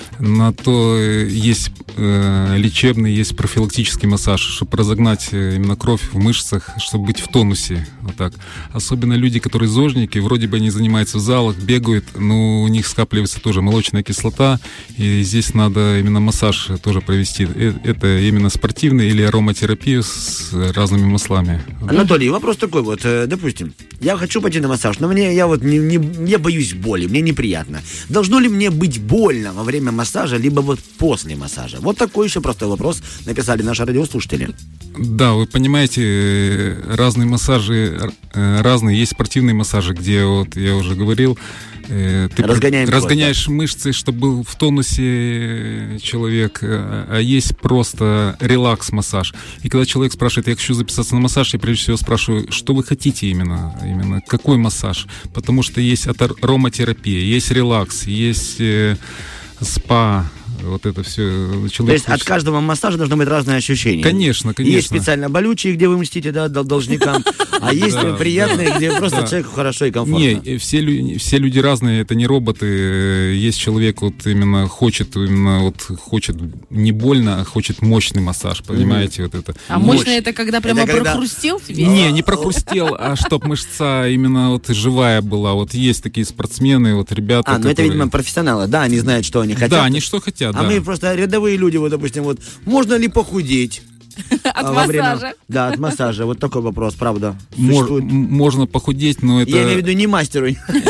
На то э, есть э, лечебный, есть профилактический массаж, чтобы разогнать э, именно кровь в мышцах, чтобы быть в тонусе. Вот так. Особенно люди, которые зожники, вроде бы они занимаются в залах, бегают, но у них скапливается тоже молочная кислота, и здесь надо именно массаж тоже провести. Э, Это именно спортивный или ароматерапию с разными маслами. Анатолий, вопрос такой вот, э, допустим, я хочу пойти на массаж, но мне, я вот не, не, я боюсь боли, мне неприятно. Должно ли мне быть больно во время массажа, либо вот после массажа? Вот такой еще простой вопрос написали наши радиослушатели. Да, вы понимаете, э, разные массажи, э, разные. Есть спортивные массажи, где, вот я уже говорил, э, ты Разгоняем кровь, разгоняешь мышцы, чтобы был в тонусе человек, э, а есть просто релакс-массаж. И когда человек спрашивает, я хочу записаться на массаж, я прежде всего спрашиваю, что вы хотите именно, именно какой массаж? Потому что есть атор- ароматерапия, есть релакс, есть э, спа, вот это все. Человек То есть от хочет- каждого массажа должно быть разное ощущение. Конечно, конечно. Есть специально болючие, где вы мстите, да, дол- должникам, а есть Да, приятные, где просто да. человеку хорошо и комфортно. Не, э, все, лю- все люди разные, это не роботы. Э, Есть человек, вот именно хочет, именно вот хочет не больно, а хочет мощный массаж, понимаете, вот это. А мощно это когда прямо Это когда- прохрустел тебе? Не, не прохрустел, а чтоб мышца именно вот живая была. Вот есть такие спортсмены, вот ребята. А, ну это, которые- видимо, профессионалы, да, они знают, что они хотят. Да, они что хотят, А да. мы просто рядовые люди, вот, допустим, вот, можно ли похудеть? От а, во время- массажа. Да, от массажа. Вот такой вопрос, правда. Мор- Существует. м- можно похудеть, но это... Я имею в виду не мастеру.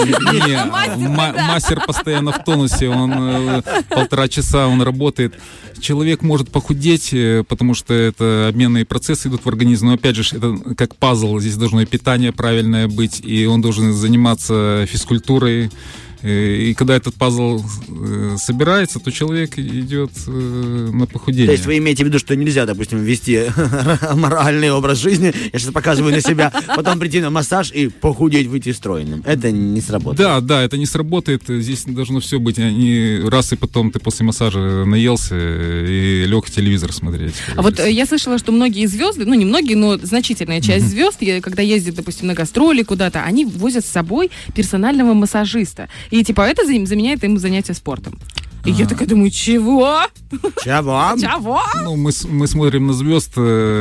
Не, ма- мастер постоянно в тонусе, он э, полтора часа он работает. Человек может похудеть, э, потому что это обменные процессы идут в организм, но опять же, это как пазл, здесь должно и питание правильное быть, и он должен заниматься физкультурой. Э, И когда этот пазл э, собирается, то человек идет э, на похудение. То есть вы имеете в виду, что нельзя, допустим, вести моральный образ жизни, я сейчас показываю на себя, потом прийти на массаж и похудеть, выйти стройным. Это не сработает. Да, да, это не сработает. Здесь должно все быть. А не раз и потом ты после массажа наелся и лег телевизор смотреть. А вот э, я слышала, что многие звезды, ну не многие, но значительная часть звезд, е- когда ездят, допустим, на гастроли куда-то, они возят с собой персонального массажиста. И типа это за- заменяет им занятие спортом. И я такая думаю, чего? Чего? Чего? Ну, мы, с- мы смотрим на звезд,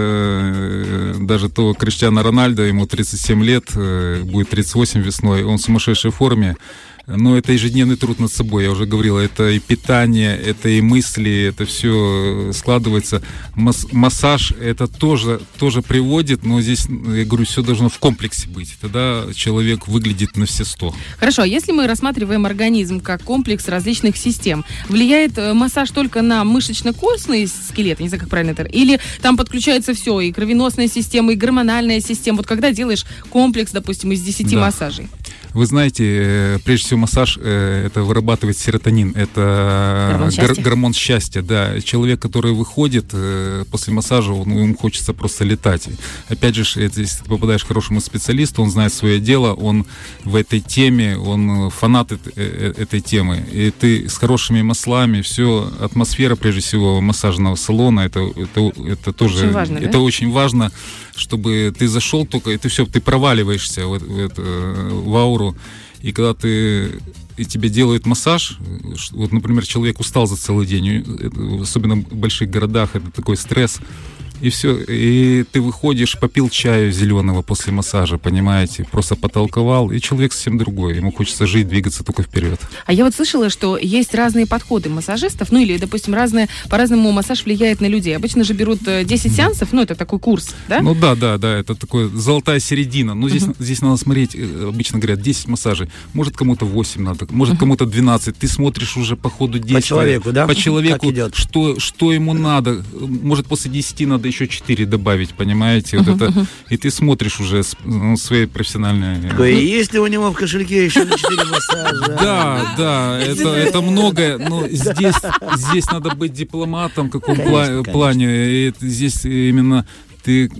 э, даже того Криштиану Рональдо, ему тридцать семь лет, э, будет тридцать восемь весной, он в сумасшедшей форме. Но это ежедневный труд над собой, я уже говорил, это и питание, это и мысли, это все складывается. Мас- массаж это тоже, тоже приводит, но здесь, я говорю, все должно в комплексе быть. Тогда человек выглядит на все сто. Хорошо, а если мы рассматриваем организм как комплекс различных систем, влияет э, массаж только на мышечно-костный скелет, я не знаю, как правильно это, или там подключается все, и кровеносная система, и гормональная система, вот когда делаешь комплекс, допустим, из десяти Да. массажей? Вы знаете, э, прежде всего массаж э, это вырабатывает серотонин, это Гормон гор- счастья? гормон счастья, да. Человек, который выходит э, после массажа, он, ему хочется просто летать. Опять же, это, если ты попадаешь к хорошему специалисту, он знает свое дело, он в этой теме, он фанат эт- э- этой темы. И ты с хорошими маслами, все, атмосфера, прежде всего, массажного салона, это, это, это тоже Очень важно, да? это очень важно, чтобы ты зашел только, и ты все, ты проваливаешься в, в, это, в ауру. И когда ты и тебе делают массаж, вот, например, человек устал за целый день, это, особенно в больших городах, это такой стресс, и все, и ты выходишь, попил чаю зеленого после массажа, понимаете, просто потолковал, и человек совсем другой, ему хочется жить, двигаться только вперед. А я вот слышала, что есть разные подходы массажистов, ну или, допустим, разные, по-разному массаж влияет на людей. Обычно же берут э, десять сеансов, ну это такой курс, да? Ну да, да, да, это такое золотая середина. Но здесь, здесь надо смотреть, э, обычно говорят, десять массажей. Может, кому-то восемь надо, может, кому-то двенадцать. Ты смотришь уже по ходу действия. человеку, да? По человеку, Как идет. что, что ему надо. Может, после десяти надо еще четыре добавить, понимаете? Вот это. И ты смотришь уже с- ну, свои профессиональные... Такое, есть ли у него в кошельке еще на четыре массажа? Да, да, это, это многое, но здесь, здесь надо быть дипломатом в каком Конечно, пла- конечно. плане. И это здесь именно ты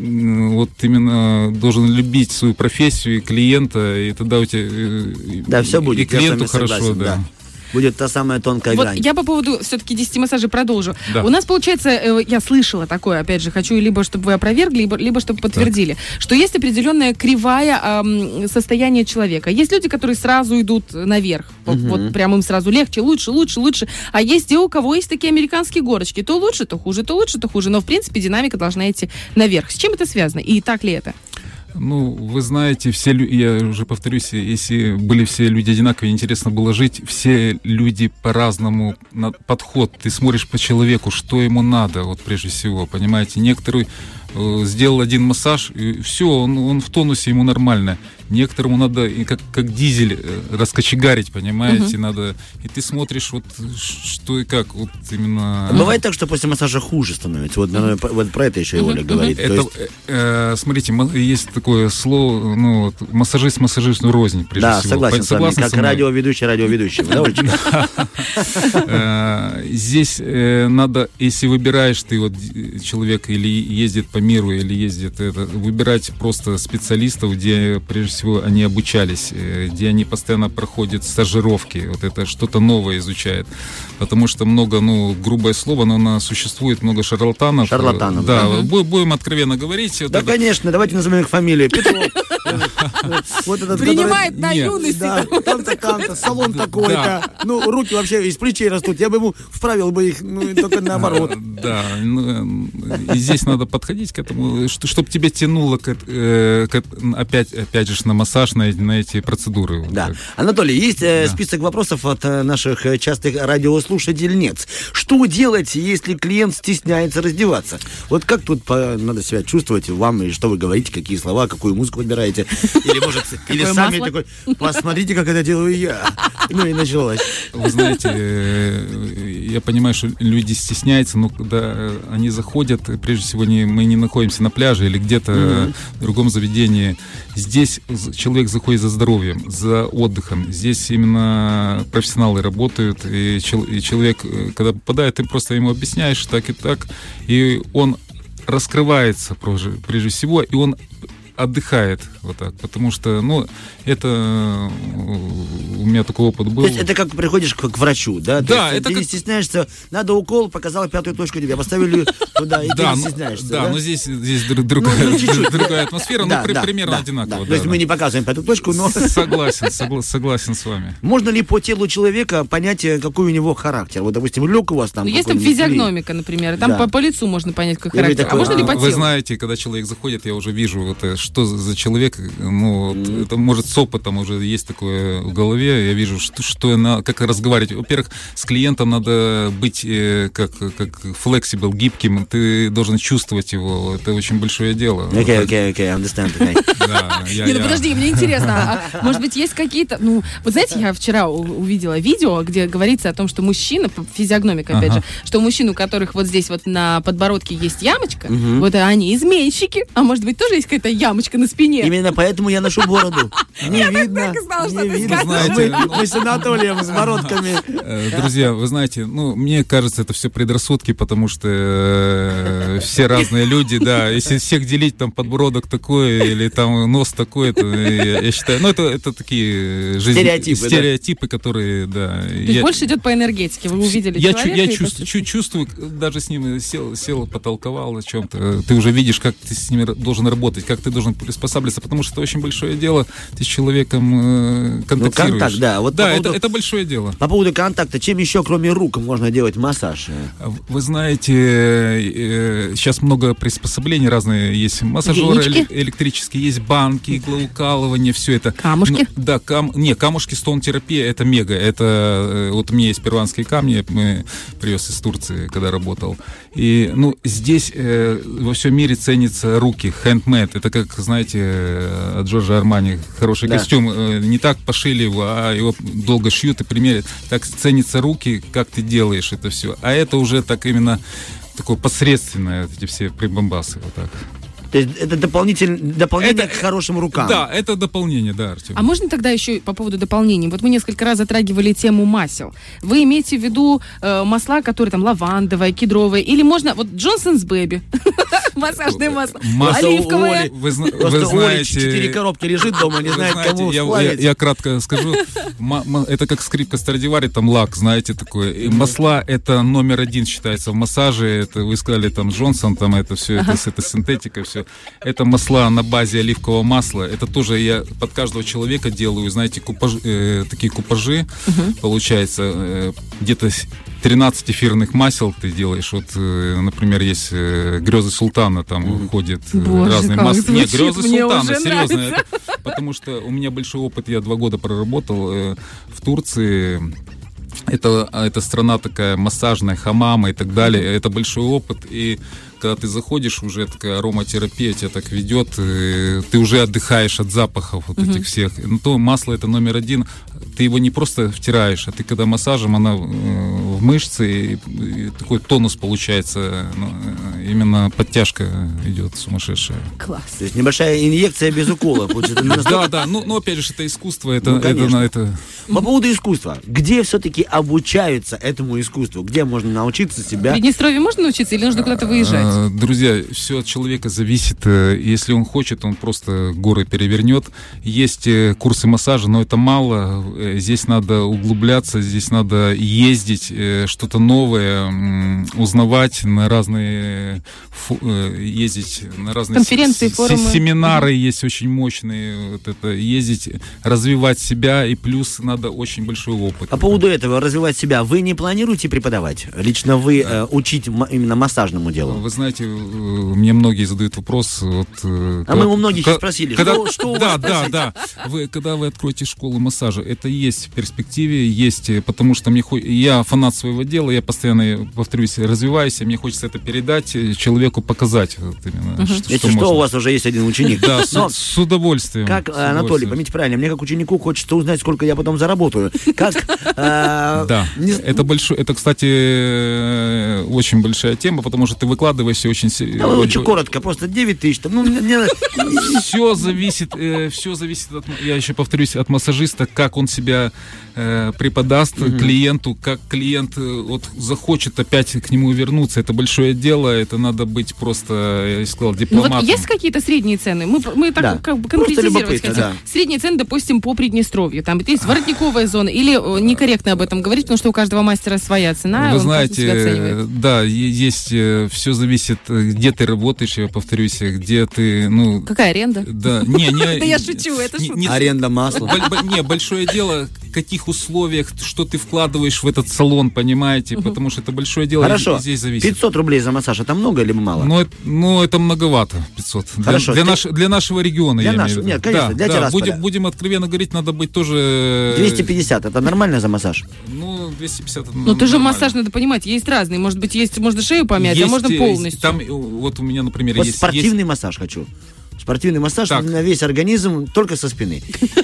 м, вот именно должен любить свою профессию и клиента, и тогда у тебя э, Да, все и будет, я с клиенту вами хорошо, согласен, да. да. Будет та самая тонкая Вот грань. я по поводу все-таки десяти массажей продолжу. Да. У нас, получается, э, я слышала такое, опять же, хочу либо, чтобы вы опровергли, либо, либо чтобы подтвердили, что есть определенная кривая ам, состояния человека. Есть люди, которые сразу идут наверх. Вот, вот прям им сразу легче, лучше, лучше, лучше. А есть те, у кого есть такие американские горочки. То лучше, то хуже, то лучше, то хуже. Но, в принципе, динамика должна идти наверх. С чем это связано? И так ли это? Ну, вы знаете, все лю- я уже повторюсь, если были все люди одинаковые, интересно было жить, все люди по-разному на подход. Ты смотришь по человеку, что ему надо, вот прежде всего, понимаете. Некоторые э, сделал один массаж, и все, он, он в тонусе, ему нормально. Некоторому надо и как, как дизель э, раскочегарить, понимаете, надо. И ты смотришь, вот что и как, вот именно. А бывает так, что после массажа хуже становится. Вот, наверное, по- вот про это еще и Оля говорит. То Это, есть, э, э, смотрите, ма- есть такое слово, ну, вот, массажист, массажист, ну, рознь, прежде да, всего. согласен По- с вами. согласны Как со мной? радиоведущий, радиоведущий. Да, Олечка? Э, Здесь э, надо, если выбираешь ты вот э, человек или ездит по миру, или ездит это, выбирать просто специалистов, где прежде всего они обучались, э, где они постоянно проходят стажировки, вот это что-то новое изучают, потому что много, ну, грубое слово, но оно существует, много шарлатанов. Шарлатанов, Да, да. бу- будем откровенно говорить. вот Да, это- конечно, давайте назовем их фамилии. Петров. Вот этот, Принимает который- на Нет. юности. Да, там-то, там-то, салон такой-то. Ну, руки вообще из плечей растут. Я бы ему вправил бы их, ну, и только наоборот. Да, ну, и здесь надо подходить к этому, чтобы тебя тянуло к, эт- э, к эт- опять, опять же на массаж, на, эти- на эти процедуры. Вот Да. так. Анатолий, есть э, Да. список вопросов от э, наших э, частых радиослушательниц. Что делать, если клиент стесняется раздеваться? Вот как тут по- надо себя чувствовать вам, и что вы говорите, какие слова, какую музыку выбираете? Или, может, или Какое сами масло? такой, посмотрите, как это делаю я. Ну и началось. Вы знаете, э, я понимаю, что люди стесняются, но когда э, они заходят, прежде всего не, мы не находимся на пляже или где-то в другом заведении. Здесь з- человек заходит за здоровьем, за отдыхом. Здесь именно профессионалы работают, и, чел- и человек, э, когда попадает, ты просто ему объясняешь так и так, и он раскрывается прежде, прежде всего, и он отдыхает вот так, потому что, ну, это э, у меня такой опыт был. То есть это как приходишь к, к врачу, да? То Да, есть это ты как... не стесняешься, надо укол, показал пятую точку тебе, поставили туда, и ты Да, не ну, стесняешься, да, да? но здесь, здесь друг- другая, Ну, ну, чуть-чуть. другая атмосфера, Да, но при- да, примерно да, одинаково. да. да, То есть да. мы не показываем пятую точку, но... Согласен, согла- согласен с вами. Можно ли по телу человека понять, э, какой у него характер? Вот, допустим, лег у вас там... Ну, есть там какой-нибудь физиогномика, например. Там Да. по, по лицу можно понять, как Или характер. такой, А можно ли по Вы телу? знаете, когда человек заходит, я уже вижу, вот, э, что за за человек, ну, вот, это может с опытом уже есть такое в голове, я вижу, что, что я на- как разговаривать. Во-первых, с клиентом надо быть э, как, как flexible, гибким, ты должен чувствовать его, это очень большое дело. Окей, Вот, окей, окей, understand, окей. да, я- Не, ну я- подожди, мне интересно, а может быть есть какие-то, ну, вот знаете, я вчера у- увидела видео, где говорится о том, что мужчина, п- физиогномика опять Ага. же, что у мужчин, у которых вот здесь вот на подбородке есть ямочка, вот они изменщики, а может быть тоже есть какая-то ямочка на спине? Именно поэтому я ношу бороду. Не видно, так и знала, что не ты видно. скажешь. Мы- Мы с Анатолием, с бородками. Э, Друзья, вы знаете, ну, мне кажется, это все предрассудки, потому что э, все разные люди, да. Если всех делить, там, подбородок такой или там нос такой, это, э, я считаю, ну, это, это такие жизни- Стереотипы, да? стереотипы, которые, да. То есть больше идет по энергетике, вы увидели я, чу- человека я и чувствую, просто- чу- чувствую, даже с ним сел, сел, потолковал о чем-то. Ты уже видишь, как ты с ними р- должен работать, как ты должен приспосабливаться, потому что это очень большое дело. Ты с человеком э, контактируешь. контакт, да. Вот да, по это, поводу- это большое дело. По поводу контакта, чем еще, кроме рук, можно делать массаж? Вы знаете, э, сейчас много приспособлений разные. Есть массажеры Единички? эле- электрические, есть банки, иглоукалывание, все это. Камушки? Ну, да, кам... не, камушки, стоун-терапия, это мега. Это, э, вот у меня есть перуанские камни, мы привез из Турции, когда работал. И, ну, здесь э, во всем мире ценятся руки, handmade. Это как, знаете, э, от Джорджа Армани хороший Да. костюм. Э, не так пошили его, а его долго шьют и примеряют. Так ценятся руки, как ты делаешь это все. А это уже так именно такое посредственное, эти все прибамбасы. Вот так. То есть это дополнитель... дополнение Это- к хорошим рукам. Да, это дополнение, да, Артем. А можно тогда еще по поводу дополнений? Вот мы несколько раз затрагивали тему масел. Вы имеете в виду э, масла, которые там лавандовое, кедровое, или можно вот Джонсон's Baby, массажное масло, Масло оливковое. Вы, зна- Просто вы Оля знаете... четыре коробки лежит дома, не Вы знает, знаете, кому я, я, сплавить. я кратко скажу. Ма- ма- это как скрипка Страдивари, там лак, знаете, такое. И масла это номер один считается в массаже. Это вы сказали, там Джонсон, там это все, это, это синтетика, все. Это масла на базе оливкового масла. Это тоже я под каждого человека делаю, знаете, купаж, э, такие купажи. Получается, э, где-то с- тринадцать эфирных масел ты делаешь. Вот, э, например, есть э, грезы султана, там ходят э, Боже, разные как масла. Нет, звучит, грезы мне султана, уже серьезно. нравится. это- потому что у меня большой опыт, я два года проработал э, в Турции. Это, это страна такая массажная, хамама и так далее. Это большой опыт. И когда ты заходишь, уже такая ароматерапия тебя так ведет, и ты уже отдыхаешь от запахов вот этих всех. Ну, то масло это номер один. Ты его не просто втираешь, а ты когда массажем, она э, в мышцы, и, и такой тонус получается. Ну, э, именно подтяжка идет сумасшедшая. Класс. То есть небольшая инъекция без укола. Получается, настолько- Да, да. Ну, но опять же, это искусство, это, Ну, это, конечно. на это. По поводу искусства. Где все-таки обучаются этому искусству? Где можно научиться В себя? Приднестровье можно научиться или нужно куда-то выезжать? Э, Друзья, все от человека зависит. Э, Если он хочет, он просто горы перевернет. Есть э, курсы массажа, но это мало. Э, Здесь надо углубляться, здесь надо ездить, э, что-то новое, м, узнавать на разные... фу- э, ездить на разные... Конференции, с- с- форумы. Семинары есть очень мощные. Вот это, ездить, развивать себя, и плюс надо очень большой опыт. По поводу этого, развивать себя, вы не планируете преподавать? Лично вы э, учить м- именно массажному делу? Вы знаете, э, мне многие задают вопрос. Вот, э, А мы у многих ка- и спросили, когда- что- что у да, вас да, спросить? да. Вы, когда вы откроете школу массажа, это есть в перспективе, есть, э, потому что мне хо- я фанат своего дела, я постоянно, повторюсь, развиваюсь, и мне хочется это передать э, человеку, показать. Вот именно, что, Если что, можно. у вас уже есть один ученик. Да, с, Но с удовольствием. как, с э, Анатолий, удовольствием. поймите правильно, мне как ученику хочется узнать, сколько я потом заработаю. Как... э, Да, не- это большой, это, кстати, э, очень большая тема, потому что ты выкладываешься очень... Да, очень коротко, просто девять тысяч. Там, ну, мне... Все зависит, э, все зависит от, я еще повторюсь, от массажиста, как он себя э, преподаст mm-hmm. клиенту, как клиент э, вот захочет опять к нему вернуться. Это большое дело, это надо быть просто, я сказал, дипломатом. Ну, вот есть какие-то средние цены? Мы, мы так да. как бы конкретизировать хотим. Да. Средние цены, допустим, по Приднестровью. Там есть воротниковая зона, или некорректно об этом говорить, потому что у каждого мастера своя цена. Вы знаете, да, есть, все зависит, где ты работаешь, я повторюсь, где ты, ну... Какая аренда? Да, не, не... Да я шучу, это шутка. Аренда масла. Не, большое дело, в каких условиях, что ты вкладываешь в этот салон, понимаете, потому что это большое дело. Хорошо, здесь зависит. пятьсот рублей за массаж, это много или мало? Ну, ну это многовато, пятьсот. Хорошо. Для, для, наш, для нашего региона, для я нашего, имею в виду. Нет, конечно, да, для да, Тирасполя. Будем, будем откровенно говорить, надо быть тоже... двести пятьдесят, это нормально за массаж? Ну, двести пятьдесят это Ну, ты же нормально. массаж, надо понимать, есть разные. Может быть, есть, можно шею помять, Есть, а можно полностью. Там, вот у меня, например, Вот есть... спортивный есть... массаж хочу. Спортивный массаж Так. на весь организм, только со спины.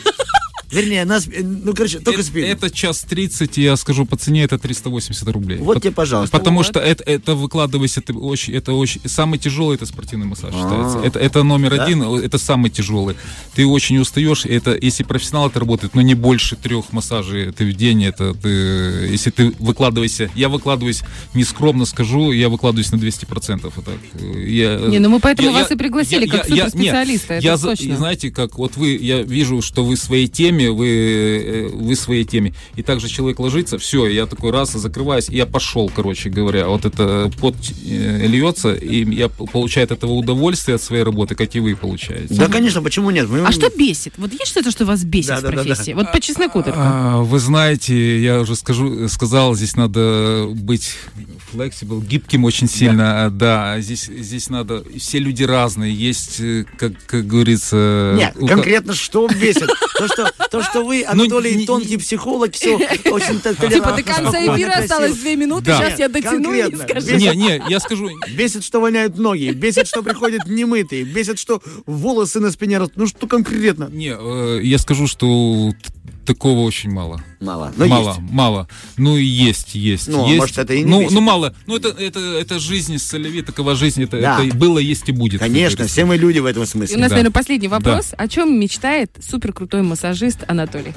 Вернее, на сп... ну, короче, только это, спину. это час тридцать, я скажу по цене, это триста восемьдесят рублей. Вот По- тебе, пожалуйста. Потому Вот. что это, это выкладывайся, это очень, это очень, самый тяжелый это спортивный массаж А. считается. Это, это номер Да? один, это самый тяжелый. Ты очень устаешь, это, если профессионал это работает, но не больше трех массажей ты в день, это ты, если ты выкладывайся, я выкладываюсь, нескромно скажу, я выкладываюсь на двести процентов. Вот так. Я, Не, ну мы поэтому я- вас я- и пригласили, я- как я- я- суперспециалиста, нет, это я за- точно. и знаете, как вот вы, я вижу, что вы в своей теме, вы, э, вы в своей теме, и также человек ложится, все, я такой раз закрываюсь, и я пошел, короче говоря, вот это пот э, льется, и я п- получаю от этого удовольствие от своей работы, как и вы получаете. Да, конечно, почему нет? Мы- А что бесит? Вот есть что-то, что вас бесит Да, в да, да, да. профессии? Вот по чесноку только. А, вы знаете, я уже скажу, сказал, здесь надо быть flexible, гибким очень сильно, а, да, здесь, здесь надо, все люди разные, есть, э, как, как говорится... Нет, у ка- конкретно что бесит? То, что, то, что вы, Ну, Анатолий, не- тонкий психолог, все очень так Типа толерантно, до конца спокойно, эфира красиво. осталось две минуты, Да. сейчас я дотяну и Конкретно. скажу. Бесит. Не, не, я скажу, Бесит, что воняют ноги, бесит, что приходят немытые, бесит, что волосы на спине растут. Ну что конкретно? не, э, я скажу, что т- такого очень мало. Мало. Но мало, есть. мало. Ну и есть, есть. Ну, а есть. может, это и не ну, бесит. ну, мало. Ну, это, это, это жизнь из Солеви, такова жизнь. Это, Да. это было, есть и будет. как Конечно, говорится. все мы люди в этом И у смысле. нас, Да. наверное, последний вопрос. О чем мечтает суперкрутой массажист Анатолий?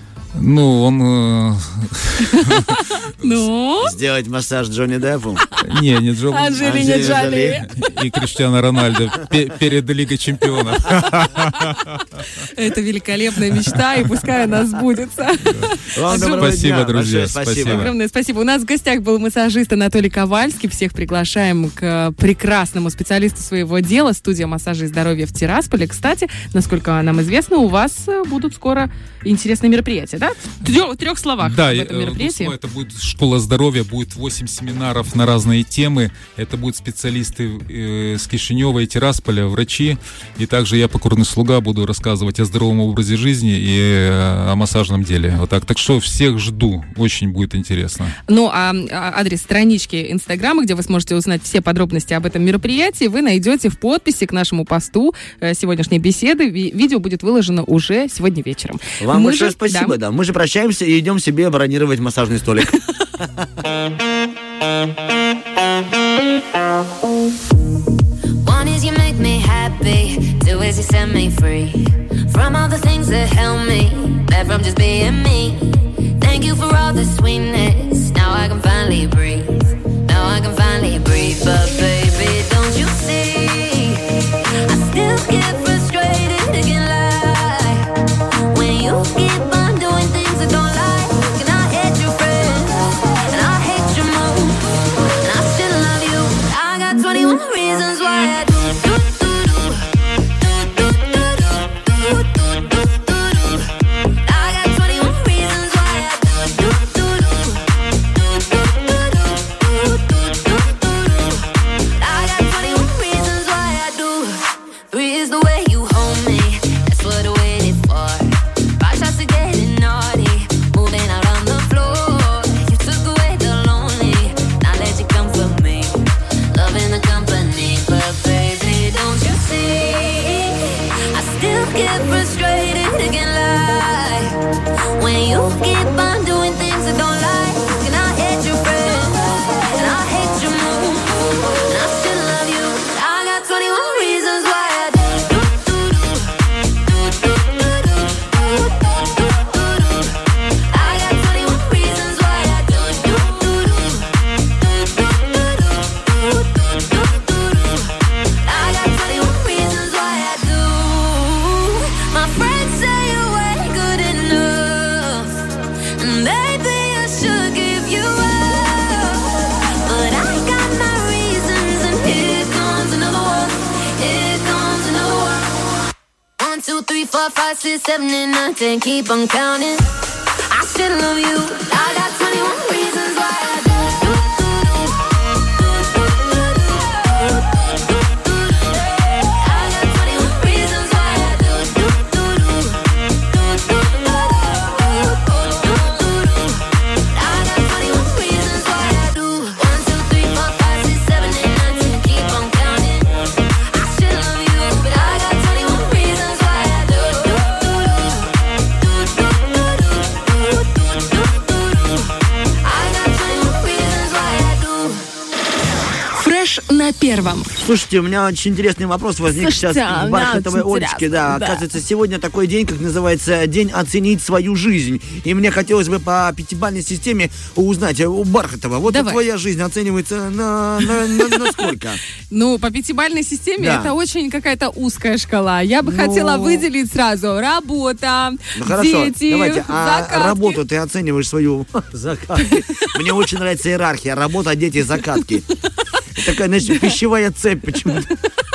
Ну, он... э, Ну? Сделать массаж Джонни Деппу. Не, не Джо. Анджелине Анджелина Джоли. И Криштиану Рональдо пе- перед Лигой Чемпионов. Это великолепная мечта, и пускай она сбудется. Вам Огромное доброго спасибо, дня. друзья, Большое спасибо. спасибо. Огромное спасибо. У нас в гостях был массажист Анатолий Ковальский. Всех приглашаем к прекрасному специалисту своего дела. Студия массажа и здоровья в Тирасполе. Кстати, насколько нам известно, у вас э, будут скоро интересные мероприятия, да? В трех, в трех словах Да, об и, этом э, мероприятии. ну, это будет школа здоровья, будет восемь семинаров на разные темы. Это будут специалисты э, с Кишинева и Тирасполя, врачи. И также я, покорный слуга, буду рассказывать о здоровом образе жизни и э, о массажном деле. Вот так. Так что всех жду. Очень будет интересно. Ну, а а, адрес странички Инстаграма, где вы сможете узнать все подробности об этом мероприятии, вы найдете в подписи к нашему посту э, сегодняшней беседы. Ви- видео будет выложено уже сегодня вечером. Вам Мы большое же- спасибо, да. да. Мы же прощаемся и идем себе бронировать массажный столик. One is you make me happy, two is you set me free from all the things that held me back from just being me. Thank you for all the sweetness. Now I can finally breathe. Now I can finally breathe. But baby, don't you see? I still get frustrated, can't lie. When you keep on doing things I don't like, and I hate your friends, and I hate your moves, and I still love you. I got twenty-one reasons why I do do do do do do do do do do do do. I got twenty-one reasons why I do do do do do do do do do do do do. four, five, six, seven, eight, nine, ten. Keep on counting. I still love you. I got twenty-one reasons why I do. На первом. Слушайте, у меня очень интересный вопрос возник. Слушайте, сейчас в бархатовой очень Олечке. Да, да. оказывается, сегодня такой день, как называется, день оценить свою жизнь. И мне хотелось бы по пятибалльной системе узнать у Бархатова. Вот Давай. твоя жизнь оценивается на, на, на, на сколько? Ну, по пятибалльной системе Да. это очень какая-то узкая шкала. Я бы Ну. хотела выделить сразу работа, Ну хорошо, дети, давайте. А закатки. работу ты оцениваешь свою закатки. Мне очень нравится иерархия. Работа, дети, закатки. Такая, знаешь, пищевая цепь почему-то.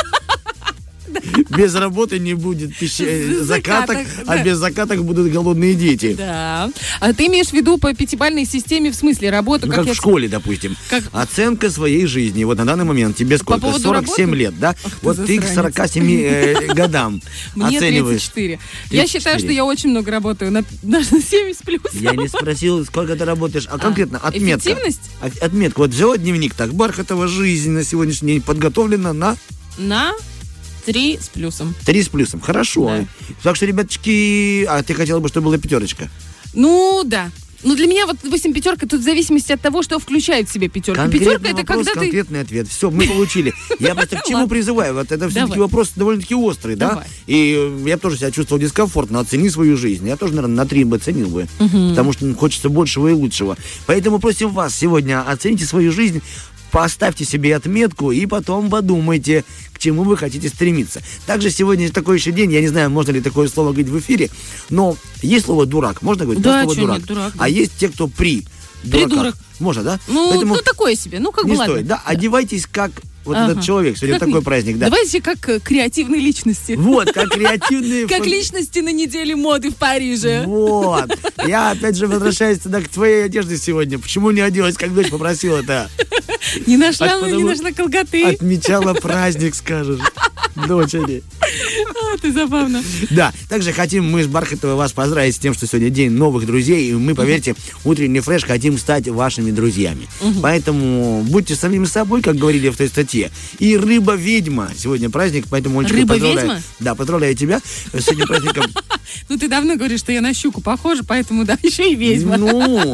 Без работы не будет пище- закаток, Закаток, а да. без закаток будут голодные дети. Да. А ты имеешь в виду по пятибалльной системе в смысле работу? Ну, как как я... в школе, допустим. Как- Оценка своей жизни. Вот на данный момент тебе сколько? поводу сорок семь работы? лет, да? Ах ты Вот ты к засранец. сорока семи э, годам Мне оцениваешь. тридцать четыре. Я тридцать считаю, четыре. что я очень много работаю. На, на семьдесят плюс. Я не спросил, сколько ты работаешь, а конкретно отметка. эффективность? От- Отметка. Вот взяла дневник, так, Бархатова жизнь на сегодняшний день подготовлена на На три с плюсом. три с плюсом. Хорошо. Да. Так что, ребяточки, а ты хотела бы, чтобы была пятерочка? Ну, да. Ну, для меня вот, допустим, пятерка, тут в зависимости от того, что включает в себя пятерка. Пятерка Конкретный это вопрос, когда ты... конкретный ответ. Все, мы получили. Я просто к чему Ладно. призываю? Вот это все-таки Давай. вопрос довольно-таки острый, да? Давай. И э, я тоже себя чувствовал дискомфортно. Оцени свою жизнь. Я тоже, наверное, на три бы оценил бы. Потому что хочется большего и лучшего. Поэтому просим вас сегодня оцените свою жизнь, поставьте себе отметку и потом подумайте, к чему вы хотите стремиться. Также сегодня такой еще день, я не знаю, можно ли такое слово говорить в эфире, но есть слово «дурак», можно говорить? Да, слово чё «дурак». нет, дурак, да. А есть те, кто при дураках. Придурок. Можно, да? Ну, Поэтому ну, такое себе. Ну, как не бы ладно. стоит, да? Одевайтесь как вот Ага. этот человек. Сегодня Как такой мы- праздник, да. Давайте как э, креативные личности. Вот, как креативные... Как фан- личности на неделе моды в Париже. Вот. Я опять же возвращаюсь тогда к твоей одежде сегодня. Почему не оделась, как дочь попросила-то? Не нашла, А не потому- нашла колготы. Отмечала праздник, скажешь, дочери. А, ты забавно. Да, также хотим мы с Бархатовой вас поздравить с тем, что сегодня день новых друзей. И мы, поверьте, утренний фреш хотим стать вашими друзьями. Поэтому будьте самими собой, как говорили в той статье. И рыба-ведьма. Сегодня праздник, поэтому Олечка, Рыба-ведьма? поздравляю. Да, поздравляю тебя с сегодня праздником. Ну, ты давно говоришь, что я на щуку похожа, поэтому да, еще и ведьма. Ну,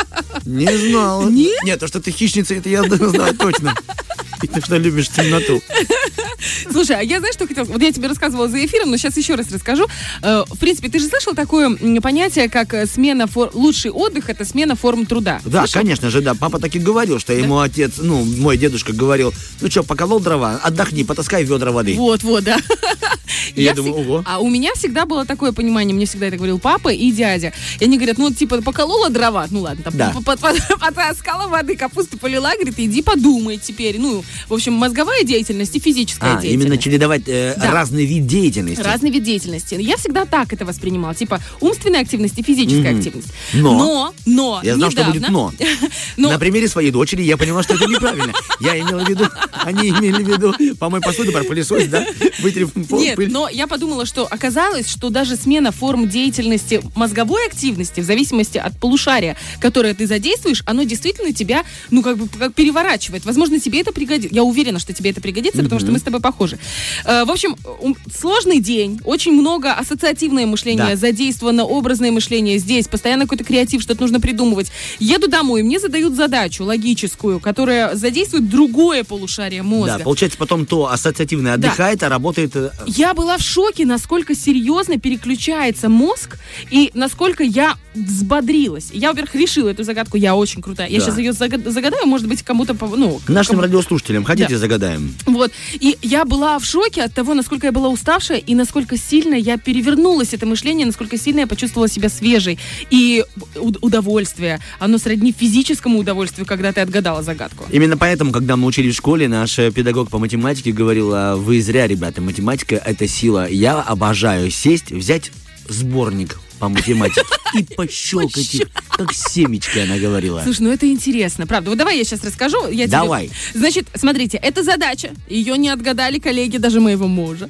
не знал. Нет? Нет, то, что ты хищница, это я знаю точно. И ты что любишь темноту. Слушай, а я знаешь, что хотела? Вот я тебе рассказывала за эфиром, но сейчас еще раз расскажу. Э, В принципе, ты же слышал такое м, понятие, как э, смена форм... Лучший отдых — это смена форм труда. Да, Слышал? конечно же, да. Папа так и говорил, что ему отец, ну, мой дедушка говорил, ну что, поколол дрова, отдохни, потаскай ведра воды. Вот, вот, да. И я всег- думаю, ого. А у меня всегда было такое понимание, мне всегда это говорил папа и дядя. И они говорят, ну, типа, поколола дрова, ну ладно, там, Да. по- по- по- потаскала воды, капусту полила, говорит, иди подумай теперь. Ну, в общем, мозговая деятельность и физическая А, деятельность. именно чередовать э, Да. разный вид деятельности. Разный вид деятельности. Я всегда так это воспринимала. Типа умственная активность и физическая Мгм. активность. Но. но, но Я знал, что недавно- будет но. но- На примере своей дочери я поняла, что это неправильно. Я имела в виду, они имели в виду, помой посуду, пропылесось, да, вытрев пол, Нет, пыль. но я подумала, что оказалось, что даже смена форм деятельности мозговой активности, в зависимости от полушария, которое ты задействуешь, оно действительно тебя, ну, как бы как переворачивает. Возможно, тебе это пригодится. Я уверена, что тебе это пригодится, потому что мы с тобой похожи. Э, В общем, ум- сложный день, очень много ассоциативное мышление, Да. задействовано образное мышление здесь, постоянно какой-то креатив, что-то нужно придумывать. Еду домой, мне задают задачу логическую, которая задействует другое полушарие мозга. Да, получается, потом то ассоциативное Да. отдыхает, а работает... э, Я была в шоке, насколько серьезно переключается мозг и насколько я взбодрилась. Я, во-первых, решила эту загадку, я очень крутая. Я Да. сейчас ее загад- загадаю, может быть, кому-то... по- Ну, Нашим кому- радиослушателям хотите Да. загадаем? Вот. И я была в шоке от того, насколько я была уставшая и насколько сильно я перевернулась, это мышление, насколько сильно я почувствовала себя свежей. И у- удовольствие. Оно сродни физическому удовольствию, когда ты отгадала загадку. Именно поэтому, когда мы учились в школе, наш э, педагог по математике говорил, а вы зря, ребята, математика — это сила. Я обожаю сесть, взять сборник по математике и пощелкать их, как семечки, она говорила. Слушай, ну это интересно, правда. Вот давай я сейчас расскажу. Я тебе- Давай. Значит, смотрите, это задача. Ее не отгадали коллеги даже моего мужа.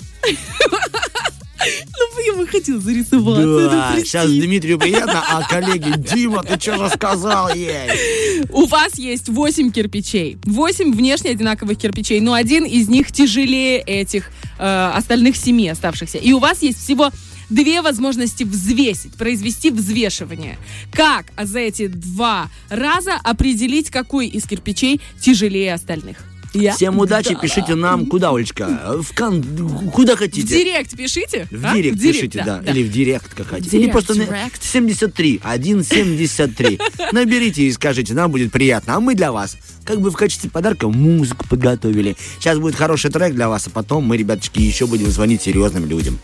Ну, я бы хотел зарисоваться. ну, Да, прости. сейчас Дмитрию приятно, а коллеги, Дима, ты что рассказал ей? У вас есть восемь кирпичей. восемь внешне одинаковых кирпичей, но один из них тяжелее этих э, остальных семи оставшихся. И у вас есть всего две возможности взвесить, произвести взвешивание. Как за эти два раза определить, какой из кирпичей тяжелее остальных? Я? Всем удачи, Да. пишите нам, куда, Олечка? В кон... Куда В хотите. директ пишите. В а? директ В директ, пишите, да. Или в директ, как хотите. Или Директ, просто на директ. семьдесят три, сто семьдесят три. Наберите и скажите, нам будет приятно. А мы для вас как бы в качестве подарка музыку подготовили. Сейчас будет хороший трек для вас, а потом мы, ребяточки, еще будем звонить серьезным людям.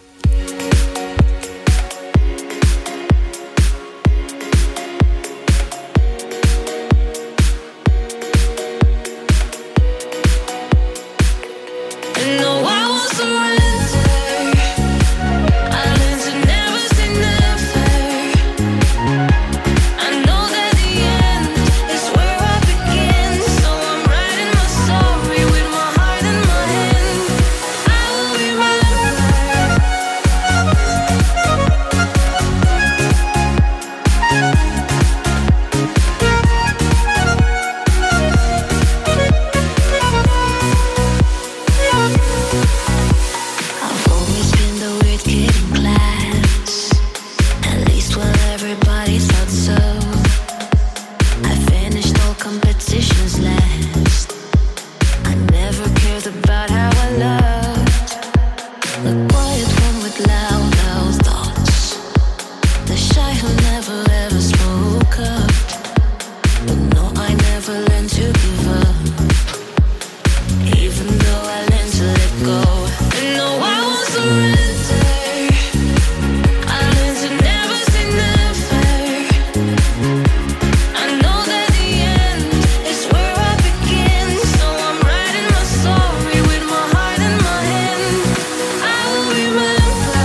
No, I won't surrender. I learned to never say never. I know that the end is where I begin. So I'm writing my story with my heart in my hand. I will remember. I've always been the weird kid in class. At least well everybody thought so. I finished all competitions last. I never cared about how I loved. The quiet one with loud, loud thoughts. The shy who never ever spoke up. But no, I never learned to give up. Even though I learned to let go. And no, I won't surrender. I learned to never say never. I know that the end is where I begin. So I'm writing my story with my heart in my hand. I will remember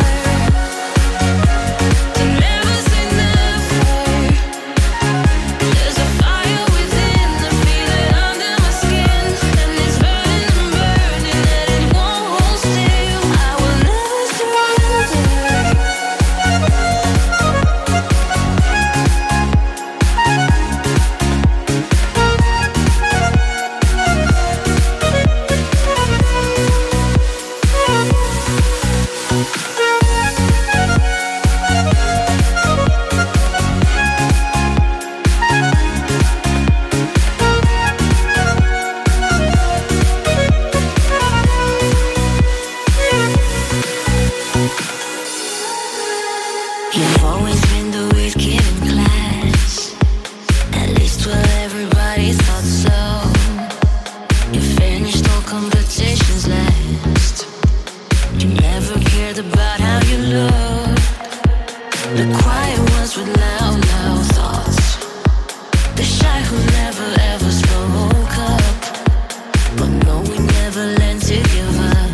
to never say never. There's a fire within, I feel it under my skin. And it's burning and burning, and it won't hold still. I will never surrender. You've always been the weird kid in class. At least well everybody thought so. You finished all competitions last. You never cared about how you looked. The quiet ones with loud, loud thoughts. The shy who never ever spoke up. But no, we never learned to give up.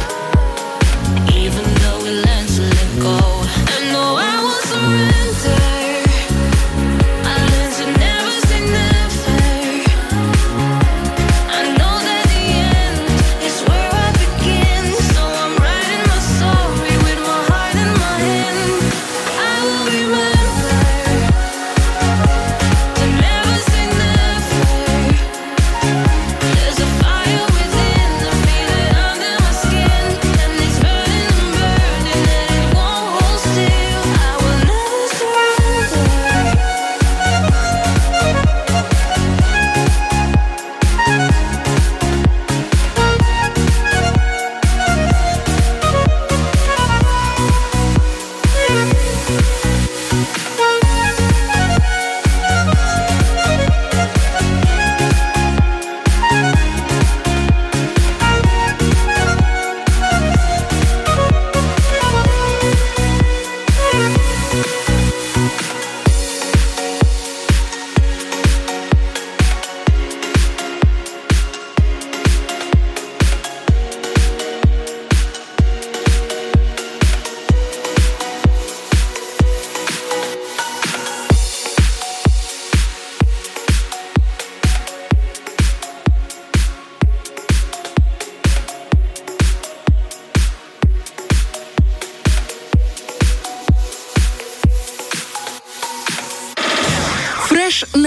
Even though we learned to let go. And no, I won't surrender. I learned to never say never. I know that the end is where I begin. So I'm writing my story with my heart in my hand. I will remember to never say never. There's a fire within, I feel it under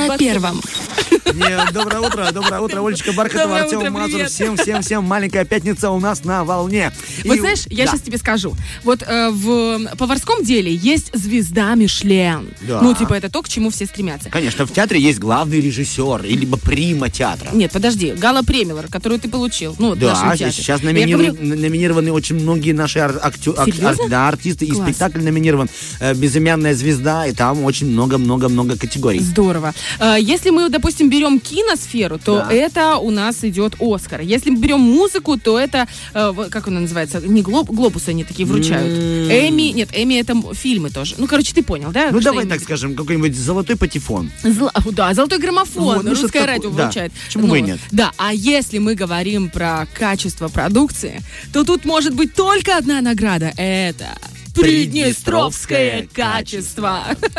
баскетбол. первом. Не, доброе утро, доброе утро, Олечка Бархатова, Доброе Артем утро, Мазур. привет. Всем, всем, всем маленькая пятница у нас на волне. Вот И- знаешь, я да. сейчас тебе скажу. Вот э, в поварском деле есть звезда Мишлен. Да. Ну, типа, это то, к чему все стремятся. Конечно, в театре есть главный режиссер, и либо прима театра. Нет, подожди, Гала Премилор, которую ты получил. Ну, вот в нашем Да, театре. сейчас Я номинированы, говорю, номинированы очень многие наши ар- актё- ак- Серьезно? ар- да, артисты, и Класс. спектакль номинирован э, «Безымянная звезда», и там очень много-много-много категорий. Здорово. Э, Если мы, допустим, берем киносферу, то Да. это у нас идет Оскар. Если мы берем музыку, то это, э, в- как она называется, не глоб, глобусы они такие вручают. Эми, нет, Эми это м- фильмы тоже. Ну, короче, ты понял, да? Ну, что давай я так имею в скажем, какой-нибудь золотой патефон. виду? Зла- Да, золотой граммофон, Вот, ну, русское что-то радио такое, да. вручает. Почему бы и нет? Да, а если мы говорим про качество продукции, то тут может быть только одна награда. Это Приднестровское качество.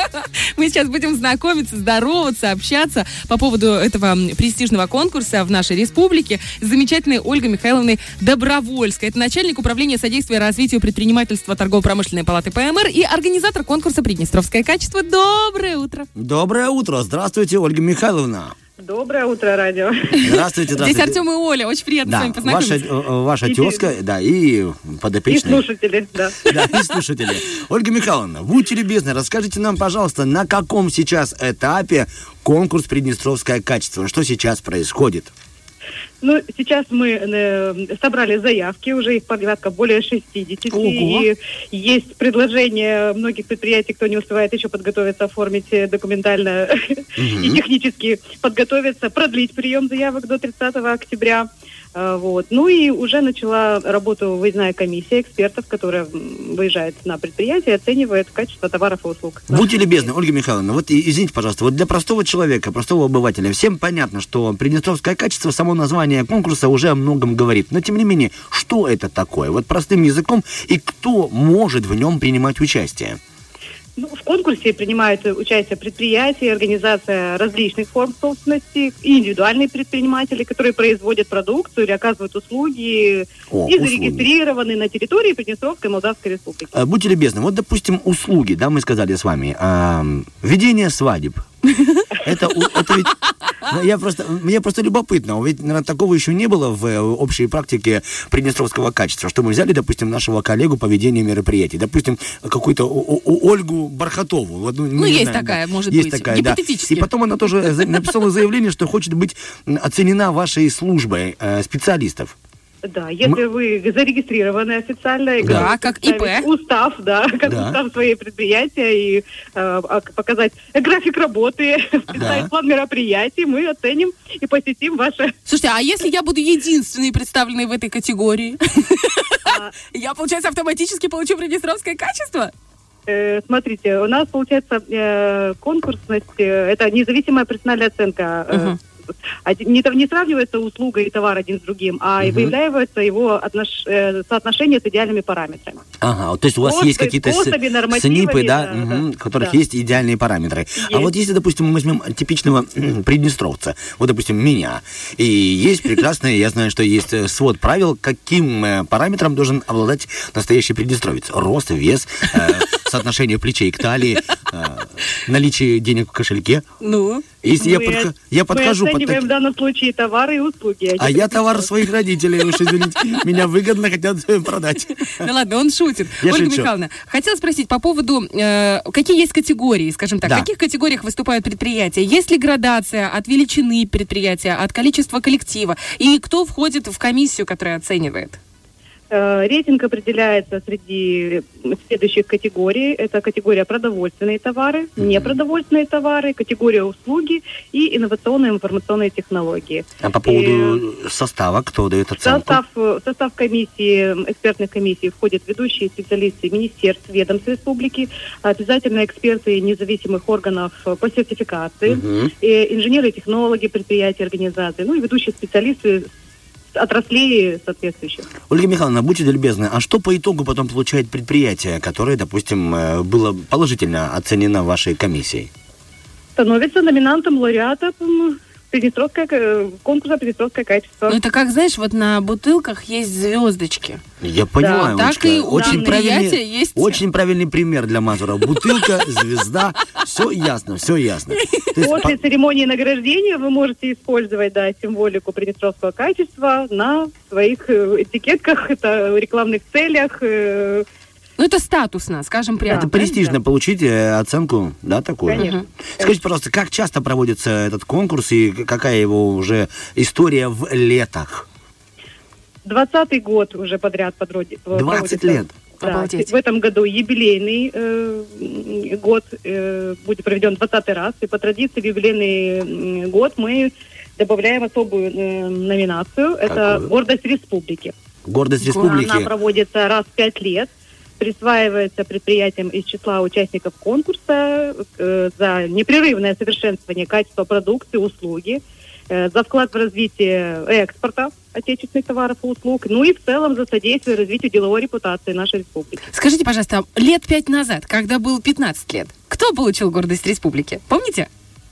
Мы сейчас будем знакомиться, здороваться, общаться по поводу этого м, престижного конкурса в нашей республике с замечательной Ольгой Михайловной Добровольской. Это начальник управления содействия развитию предпринимательства торгово-промышленной палаты ПМР и организатор конкурса «Приднестровское качество». Доброе утро. Доброе утро. Здравствуйте, Ольга Михайловна. Доброе утро, радио. Здравствуйте, Здесь здравствуйте. Артем и Оля. Очень приятно с Да, вами ваша, познакомиться. э, ваша И тезка, да, и И подопечная. слушатели, да. Да, и слушатели. Ольга Михайловна, будьте любезны, расскажите нам, пожалуйста, на каком сейчас этапе конкурс «Приднестровское качество»? Что сейчас происходит? Ну, сейчас мы э, собрали заявки, уже их порядка более шестидесяти. Ого. И есть предложение многих предприятий, кто не успевает еще подготовиться, оформить э, документально и технически подготовиться, продлить прием заявок до тридцатого октября. Э, Вот. Ну и уже начала работу выездная комиссия экспертов, которая м, выезжает на предприятие и оценивает качество товаров и услуг. Будьте любезны, Ольга Михайловна, вот и- извините, пожалуйста, вот для простого человека, простого обывателя, всем понятно, что «Приднестровское качество», само название конкурса уже о многом говорит. Но, тем не менее, что это такое? Вот простым языком, и кто может в нем принимать участие? Ну, в конкурсе принимают участие предприятия, организация различных форм собственности, и индивидуальные предприниматели, которые производят продукцию или оказывают услуги, О, и услуги. зарегистрированы на территории Приднестровской Молдавской Республики. Э, Будьте любезны, вот, допустим, услуги, да, мы сказали с вами, а, ведение свадеб. Это, у- это ведь... ну, Я просто, мне просто любопытно, ведь, наверное, такого еще не было в э, общей практике приднестровского качества, что мы взяли, допустим, нашего коллегу по ведению мероприятий, допустим, какую-то О- О- Ольгу Бархатову. Вот, мы Ну, не есть знаем, такая, да. может Есть быть, такая, да. гипотетически. И потом она тоже за- написала заявление, что хочет быть м, оценена вашей службой э, специалистов. Да, если вы зарегистрированы официально и Да, готовы как представить ИП. устав, да, как Да. устав своей предприятия и э, а- показать график работы, представить план мероприятий, мы оценим и посетим ваше. Слушайте, а если я буду единственной представленной в этой категории? Я, получается, автоматически получу приднестровское качество? Э, Смотрите, у нас получается э, конкурсность, э, это независимая профессиональная оценка. э, Мгм. один- Не, не сравнивается услуга и товар один с другим, а и выявляется его отнош- э, соотношение с идеальными параметрами. Ага, вот, то есть у вас Косы- есть какие-то с- косами, нормативами, снипы, да, да, мгм, да, в которых да. есть идеальные параметры. А Есть. вот если, допустим, мы возьмем типичного м, приднестровца, вот, допустим, меня, и есть прекрасные, я знаю, что есть э, свод правил, каким э, параметром должен обладать настоящий приднестровец. Рост, вес, э, соотношение плечей к талии, э, наличие денег в кошельке. Ну? Если я, Мы подха- от- я подхожу Мы под оцениваем таки- в данном случае товары и услуги. А я товар своих родителей, уж извините, меня выгодно хотят э, продать. Ну ладно, он шутит. Я Ольга шучу. Михайловна, хотела спросить по поводу, э, какие есть категории, скажем так, Да. в каких категориях выступают предприятия? Есть ли градация от величины предприятия, от количества коллектива? И кто входит в комиссию, которая оценивает? Э, Рейтинг определяется среди следующих категорий. Это категория продовольственные товары, непродовольственные товары, категория услуги и инновационные информационные технологии. А по поводу состава, кто дает В оценку? состав, в состав комиссии, экспертной комиссии входят ведущие специалисты министерств, ведомств республики, обязательно эксперты независимых органов по сертификации, Мгм. э, инженеры, технологи предприятий, организаций, ну и ведущие специалисты отраслей соответствующих. Ольга Михайловна, будьте любезны, а что по итогу потом получает предприятие, которое, допустим, э, было положительно оценено вашей комиссией? Становится номинантом лауреата м, Приднестровское, э, конкурса «Приднестровское качество». Ну, это как, знаешь, вот на бутылках есть звездочки. Я понимаю, так Олечка. и у очень предприятия правильный, есть- очень правильный пример для Мазура. Бутылка, звезда, все ясно, все ясно. То есть После церемонии награждения вы можете использовать, да, символику приднестровского качества на своих э, этикетках, это в рекламных целях. э, Ну, это статусно, скажем прямо. это престижно получить э, оценку, да, такую? Конечно. Мгм. Скажите, пожалуйста, как часто проводится этот конкурс и какая его уже история в летах? двадцатый год уже подряд подроди- двадцать проводится. лет. Да, Обалдеть. в этом году юбилейный э, м, год э, будет проведен двадцатый раз. И по традиции в юбилейный м, год мы добавляем особую э, номинацию. Это Какую? «Гордость республики». Гордость Она республики. проводится раз в пять лет. Присваивается предприятиям из числа участников конкурса э, за непрерывное совершенствование качества продукции, услуги, э, за вклад в развитие экспорта отечественных товаров и услуг, ну и в целом за содействие развитию деловой репутации нашей республики. Скажите, пожалуйста, лет пять назад, когда было пятнадцать лет, кто получил гордость республики? Помните?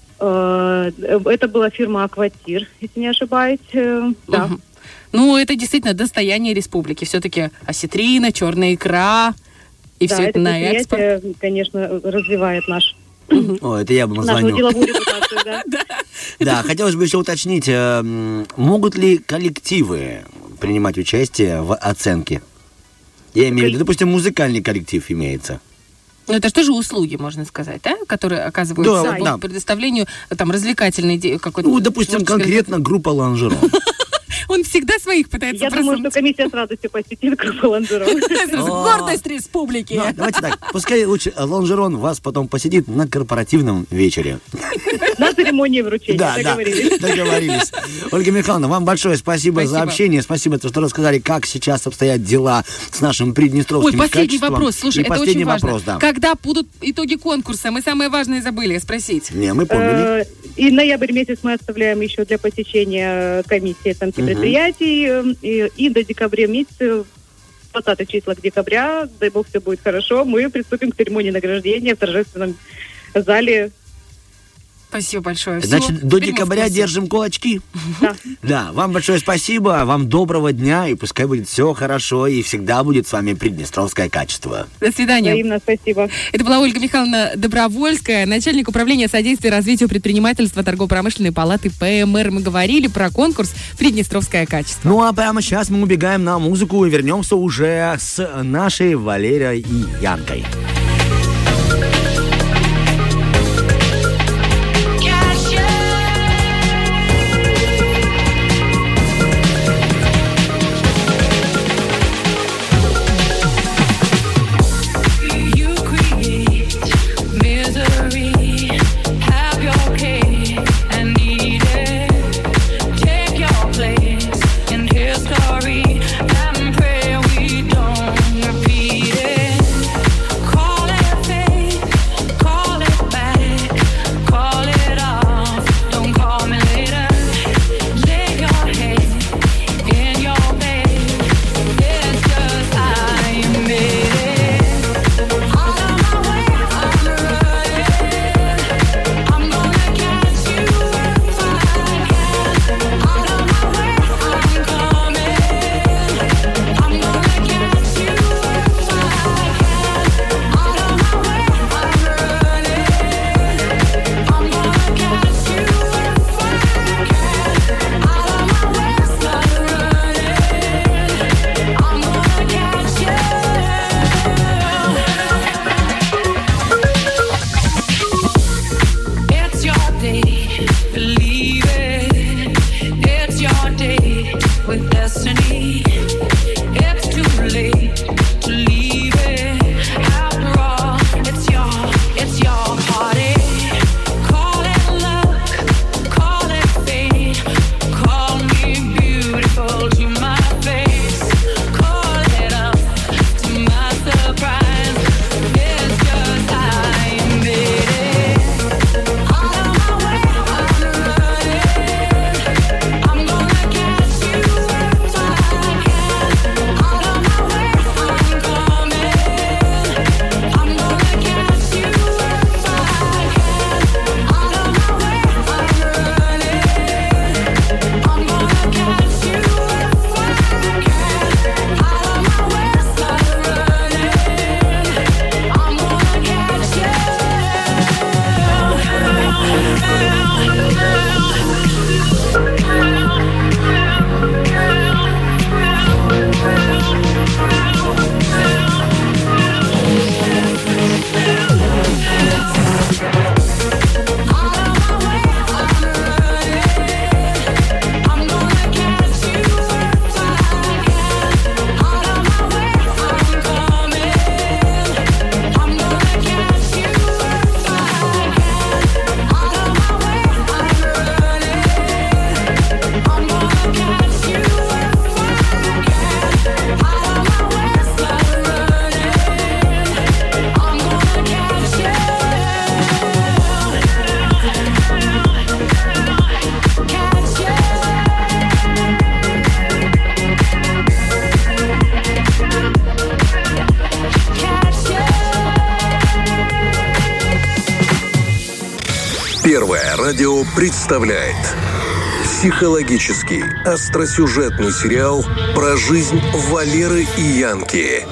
Э, Это была фирма «Акватир», если не ошибаюсь. э, Да. Мгм. Ну, это действительно достояние республики. Все-таки осетрина, черная икра, и Да, все это это на экспорт. предприятие, конечно, развивает наш, О, это я бы нашу названил. деловую репутацию, да. Да, хотелось бы еще уточнить, э, м, могут ли коллективы принимать участие в оценке? Я имею в виду, допустим, музыкальный коллектив имеется. Ну, это же тоже услуги, можно сказать, да? Которые оказываются Да, по да. предоставлению э, там развлекательной де- какой-то... Ну, допустим, творческой конкретно группа «Лонжерон». организации. Он всегда своих пытается Я думаю, что просунуть. комиссия с радостью посетит группу «Лонжерон». Гордость республики. Ну, давайте так, пускай лучше «Лонжерон» вас потом посетит на корпоративном вечере. На церемонии вручения, Да, да, договорились. договорились. Ольга Михайловна, вам большое спасибо, за Спасибо. общение. Спасибо, что рассказали, как сейчас обстоят дела с нашим Ой, приднестровским последний качеством. вопрос. Слушай, И это последний очень важно. вопрос, да. Когда будут итоги конкурса? Мы самое важное забыли спросить. Не, мы помнили. Э, И ноябрь месяц мы оставляем еще для посещения комиссии оценки Мгм. предприятий. э, И, и до декабря месяца, двадцатых числах декабря, дай бог, все будет хорошо, мы приступим к церемонии награждения в торжественном зале. Спасибо большое. Всё, Значит, до теперь мы в декабря курсе. держим кулачки. Да. Да, вам большое спасибо, вам доброго дня, и пускай будет все хорошо, и всегда будет с вами приднестровское качество. До свидания. Взаимно спасибо. Это была Ольга Михайловна Добровольская, начальник управления содействия развитию предпринимательства торгово-промышленной палаты ПМР. Мы говорили про конкурс «Приднестровское качество». Ну а прямо сейчас мы убегаем на музыку и вернемся уже с нашей Валерой и Янкой. You create misery, have your cake and eat it. Take your place in history and pray we don't repeat it. Call it fate, call it back, call it off. Don't call me later. Lay your head in your bed. It's just I made it. Out of my way, I'm running. I'm gonna catch you if I can. Out of my way, I'm coming. I'm gonna catch you if I can. Out of my way, I'm running. I'm gonna catch you if I can. Out of my way, start running. I'm gonna catch you. It's your day, believe it. It's your day with destiny. It's too late to leave it. After all, it's your, it's your party. Call it luck, call it fate. Call me beautiful to my face. Call it up to my surprise. It's just I made it. Out of my way, I'm running. I'm gonna catch you if I can. радио представляет психологический остросюжетный сериал про жизнь Валеры и Янки.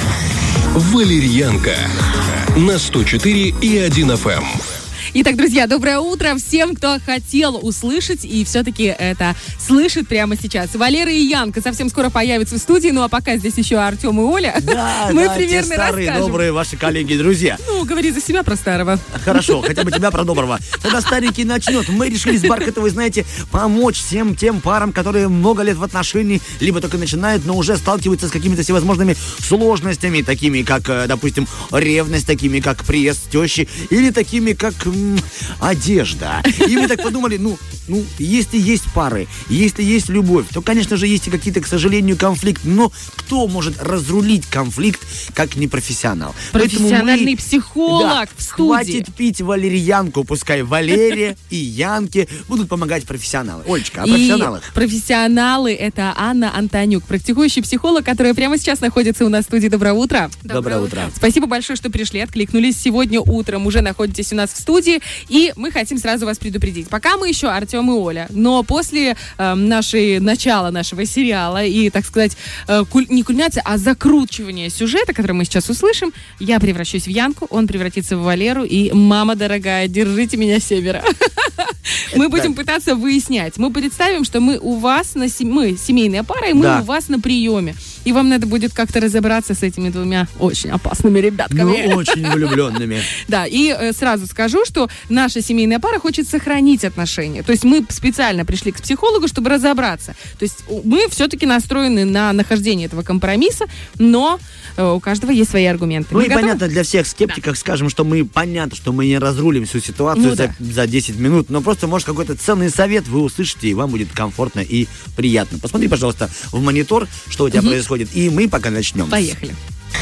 «Валерьянка» на сто четыре и один эф эм. Итак, друзья, доброе утро всем, кто хотел услышать и все-таки это слышит прямо сейчас. Валера и Янка совсем скоро появятся в студии, ну а пока здесь еще Артем и Оля. Да, мы да, примерно те старые, расскажем. добрые ваши коллеги и друзья. Ну, говори за себя про старого. Хорошо, хотя бы тебя про доброго. Тогда старенький начнет. Мы решили с Бархатовой, знаете, помочь всем тем парам, которые много лет в отношении, либо только начинают, но уже сталкиваются с какими-то всевозможными сложностями, такими как, допустим, ревность, такими как приезд тещи, или такими как м, одежда. И мы так подумали, ну, ну, если есть пары, если есть любовь, то, конечно же, есть и какие-то, к сожалению, конфликты. Но кто может разрулить конфликт, как не профессионал? Профессиональный мы, психолог да, в студии. Хватит пить валерьянку, пускай Валерия и Янке будут помогать профессионалы. Олечка, о И профессионалах. профессионалы — это Анна Антонюк, практикующий психолог, которая прямо сейчас находится у нас в студии. Доброе утро. Доброе утро. Спасибо большое, что пришли, откликнулись. Сегодня утром уже находитесь у нас в студии, и мы хотим сразу вас предупредить. Пока мы еще Артем и Оля, но после э, нашей, начала нашего сериала и, так сказать, э, куль, не кульминация, а закручивание сюжета, который мы сейчас услышим, я превращусь в Янку, он превратится в Валеру, и, мама дорогая, держите меня с севера. Мы будем пытаться выяснять. Мы представим, что мы у вас, на сем... мы семейная пара, и мы Да. у вас на приеме. И вам надо будет как-то разобраться с этими двумя очень опасными ребятками. Ну, очень влюбленными. Да, и э, сразу скажу, что наша семейная пара хочет сохранить отношения. То есть мы специально пришли к психологу, чтобы разобраться. То есть мы все-таки настроены на нахождение этого компромисса, но э, у каждого есть свои аргументы. Ну Мы и готовы? понятно, для всех скептиков скажем, что мы, понятно, что мы не разрулим всю ситуацию Ну за, да. за десять минут, но просто, может, какой-то ценный совет вы услышите, и вам будет комфортно и приятно. Посмотри, пожалуйста, в монитор, что у тебя происходит, и мы пока начнем. Поехали.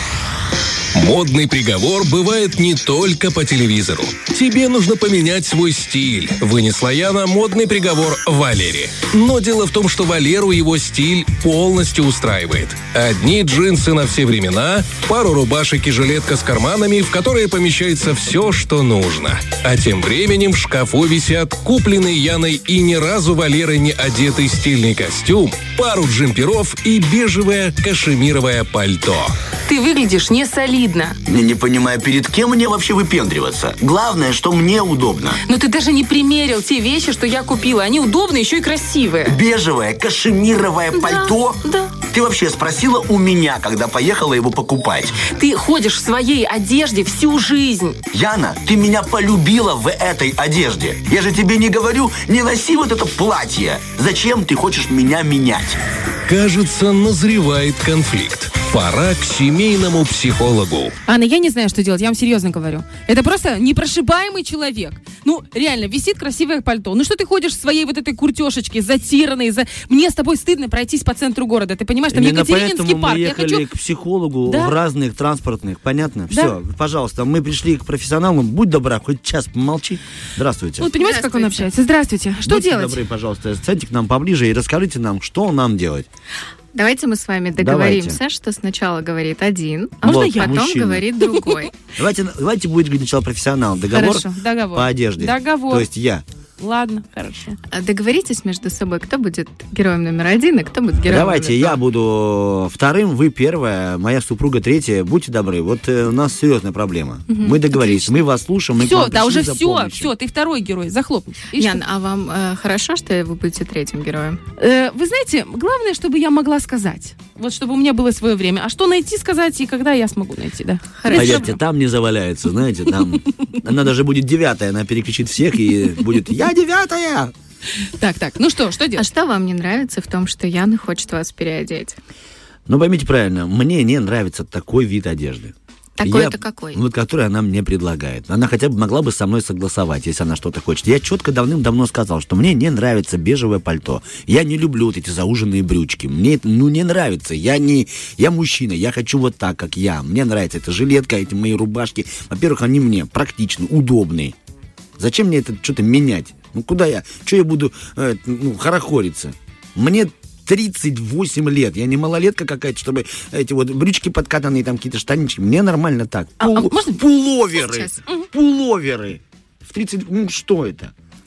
Модный приговор бывает не только по телевизору. Тебе нужно поменять свой стиль. Вынесла Яна модный приговор Валере. Но дело в том, что Валеру его стиль полностью устраивает. Одни джинсы на все времена, пару рубашек и жилетка с карманами, в которые помещается все, что нужно. А тем временем в шкафу висят купленный Яной и ни разу Валерой не одетый стильный костюм, пару джемперов и бежевое кашемировое пальто. Ты выглядишь не солидно. Не, не понимаю, перед кем мне вообще выпендриваться? Главное, что мне удобно. Но ты даже не примерил те вещи, что я купила. Они удобные, еще и красивые. Бежевое кашемировое пальто? Да. Ты вообще спросила у меня, когда поехала его покупать? Ты ходишь в своей одежде всю жизнь. Яна, ты меня полюбила в этой одежде. Я же тебе не говорю, не носи вот это платье. Зачем ты хочешь меня менять? Кажется, назревает конфликт. Пора к семейному психологу. Анна, я не знаю, что делать, я вам серьезно говорю. Это просто непрошибаемый человек. Ну, реально, висит красивое пальто. Ну, что ты ходишь в своей вот этой куртешечке, затиранной, за... Мне с тобой стыдно пройтись по центру города. Ты понимаешь, там Именно Екатерининский поэтому парк. мы Я ехали хочу... к психологу Да? в разных транспортных, понятно? Да. Все, пожалуйста, мы пришли к профессионалу. Будь добра, хоть час помолчи. Здравствуйте. Вот понимаете, как он общается? Здравствуйте. Что Будьте делать? добры, пожалуйста, сядьте к нам поближе и расскажите нам, что нам делать. Давайте мы с вами договоримся, Давайте. что сначала говорит один, А можно Вот, я? потом мужчина. говорит другой. Давайте, давайте будет говорить сначала профессионал. Договор Хорошо, договор. по одежде. Договор. То есть я. Ладно, хорошо. А Договоритесь между собой, кто будет героем номер один и кто будет героем Давайте, номер я два. буду вторым, вы первая, моя супруга третья. Будьте добры, вот э, у нас серьезная проблема. Мы договорились, мы вас слушаем, мы к Все, вам да, пришли уже за все, помощью. все, ты второй герой, захлопнись. Видишь, Ян, а вам э, хорошо, что вы будете третьим героем? Э, вы знаете, главное, чтобы я могла сказать. Вот чтобы у меня было свое время. А что найти, сказать, и когда я смогу найти, да? Хорошо. Поверьте, там не заваляется, знаете, там она даже будет девятая, она переключит всех и будет «Я девятая!» Так, так, ну что, что А делать? что вам не нравится в том, что Яна хочет вас переодеть? Но поймите правильно, мне не нравится такой вид одежды. Такой-то Я- какой? Вот который она мне предлагает. Она хотя бы могла бы со мной согласовать, если она что-то хочет. Я четко давным-давно сказал, что мне не нравится бежевое пальто. Я не люблю вот эти зауженные брючки. Мне это, ну, не нравится. Я не... Я мужчина, я хочу вот так, как я. Мне нравится эта жилетка, эти мои рубашки. Во-первых, они мне практичны, удобные. Зачем мне это что-то менять? Ну, куда я? Что я буду э, ну, хорохориться? Мне тридцать восемь лет. Я не малолетка какая-то, чтобы эти вот брючки подкатанные, там какие-то штанички. Мне нормально так. А- а Пул- можно- Пуловеры. Сейчас. Пуловеры. В тридцать... Ну, что это?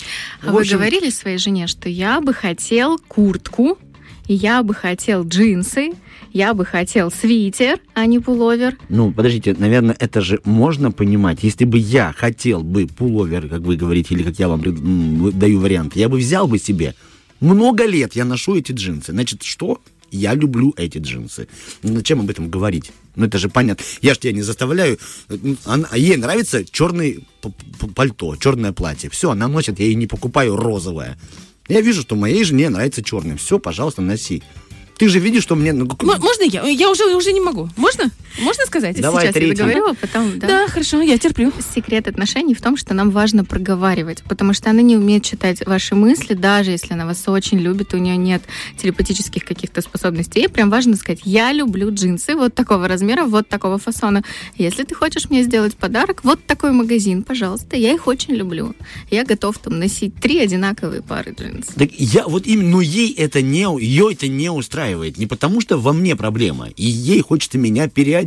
А В вы общем, говорили своей жене, что я бы хотел куртку, я бы хотел джинсы, я бы хотел свитер, а не пуловер. Ну, подождите, наверное, это же можно понимать. Если бы я хотел бы пуловер, как вы говорите, или как я вам пред- м, даю вариант, я бы взял бы себе. Много лет я ношу эти джинсы. Значит, что? Я люблю эти джинсы. Ну, зачем об этом говорить? Ну, это же понятно. Я же тебя не заставляю. Она, ей нравится черное пальто, черное платье. Все, она носит, я ей не покупаю розовое. Я вижу, что моей жене нравится черным. Все, пожалуйста, носи. Ты же видишь, что мне... Ну, М- можно я? Я уже, уже не могу. Можно? Можно сказать? Давай, Сейчас третий. я договорю, а потом... Да. Да, хорошо, я терплю. Секрет отношений в том, что нам важно проговаривать, потому что она не умеет читать ваши мысли, даже если она вас очень любит, у нее нет телепатических каких-то способностей. Ей прям важно сказать: я люблю джинсы вот такого размера, вот такого фасона. Если ты хочешь мне сделать подарок, вот такой магазин, пожалуйста, я их очень люблю. Я готов там носить три одинаковые пары джинс. Так я вот именно, но ей это не, ее это не устраивает. Не потому что во мне проблема, и ей хочется меня переодеть.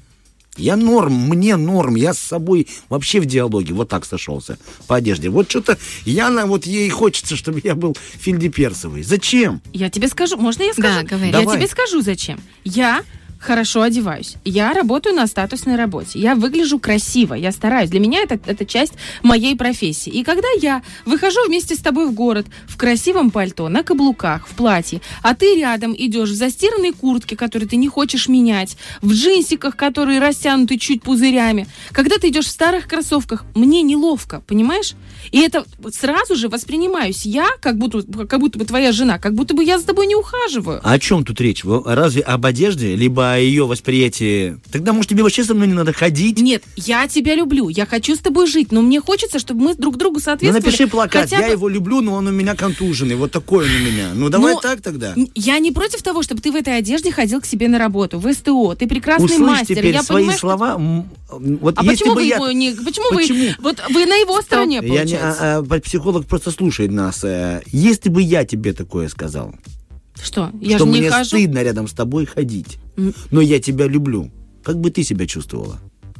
Я норм, мне норм, я с собой вообще в диалоге вот так сошелся по одежде. Вот что-то Яна, вот ей хочется, чтобы я был фельдеперсовый. Зачем? Я тебе скажу, можно я скажу? Да, говори. Я Давай. тебе скажу, зачем. Я хорошо одеваюсь. Я работаю на статусной работе. Я выгляжу красиво. Я стараюсь. Для меня это, это часть моей профессии. И когда я выхожу вместе с тобой в город в красивом пальто, на каблуках, в платье, а ты рядом идешь в застиранной куртке, которую ты не хочешь менять, в джинсиках, которые растянуты чуть пузырями, когда ты идешь в старых кроссовках, мне неловко, понимаешь? И это сразу же воспринимаюсь я, как будто, как будто бы твоя жена, как будто бы я за тобой не ухаживаю. А о чем тут речь? Во- Разве об одежде, либо о ее восприятии? Тогда, может, тебе вообще со мной не надо ходить? Нет, я тебя люблю, я хочу с тобой жить, но мне хочется, чтобы мы друг другу Ну, соответствовали. напиши плакат, хотя я бы- его люблю, но он у меня контуженный, вот такой он у меня. Ну, давай Ну, так тогда. Н- Я не против того, чтобы ты в этой одежде ходил к себе на работу, в СТО. Ты прекрасный Услышь мастер. теперь я свои понимаю, что- слова. м, Вот А если почему бы вы я... его не... Почему, Почему? вы... Вот вы на его стороне, Я не, получается. а, а, психолог просто слушает нас. э, Если бы я тебе такое сказал, Что? Я что же не мне хожу. стыдно рядом с тобой ходить, М. но я тебя люблю, как бы ты себя чувствовала?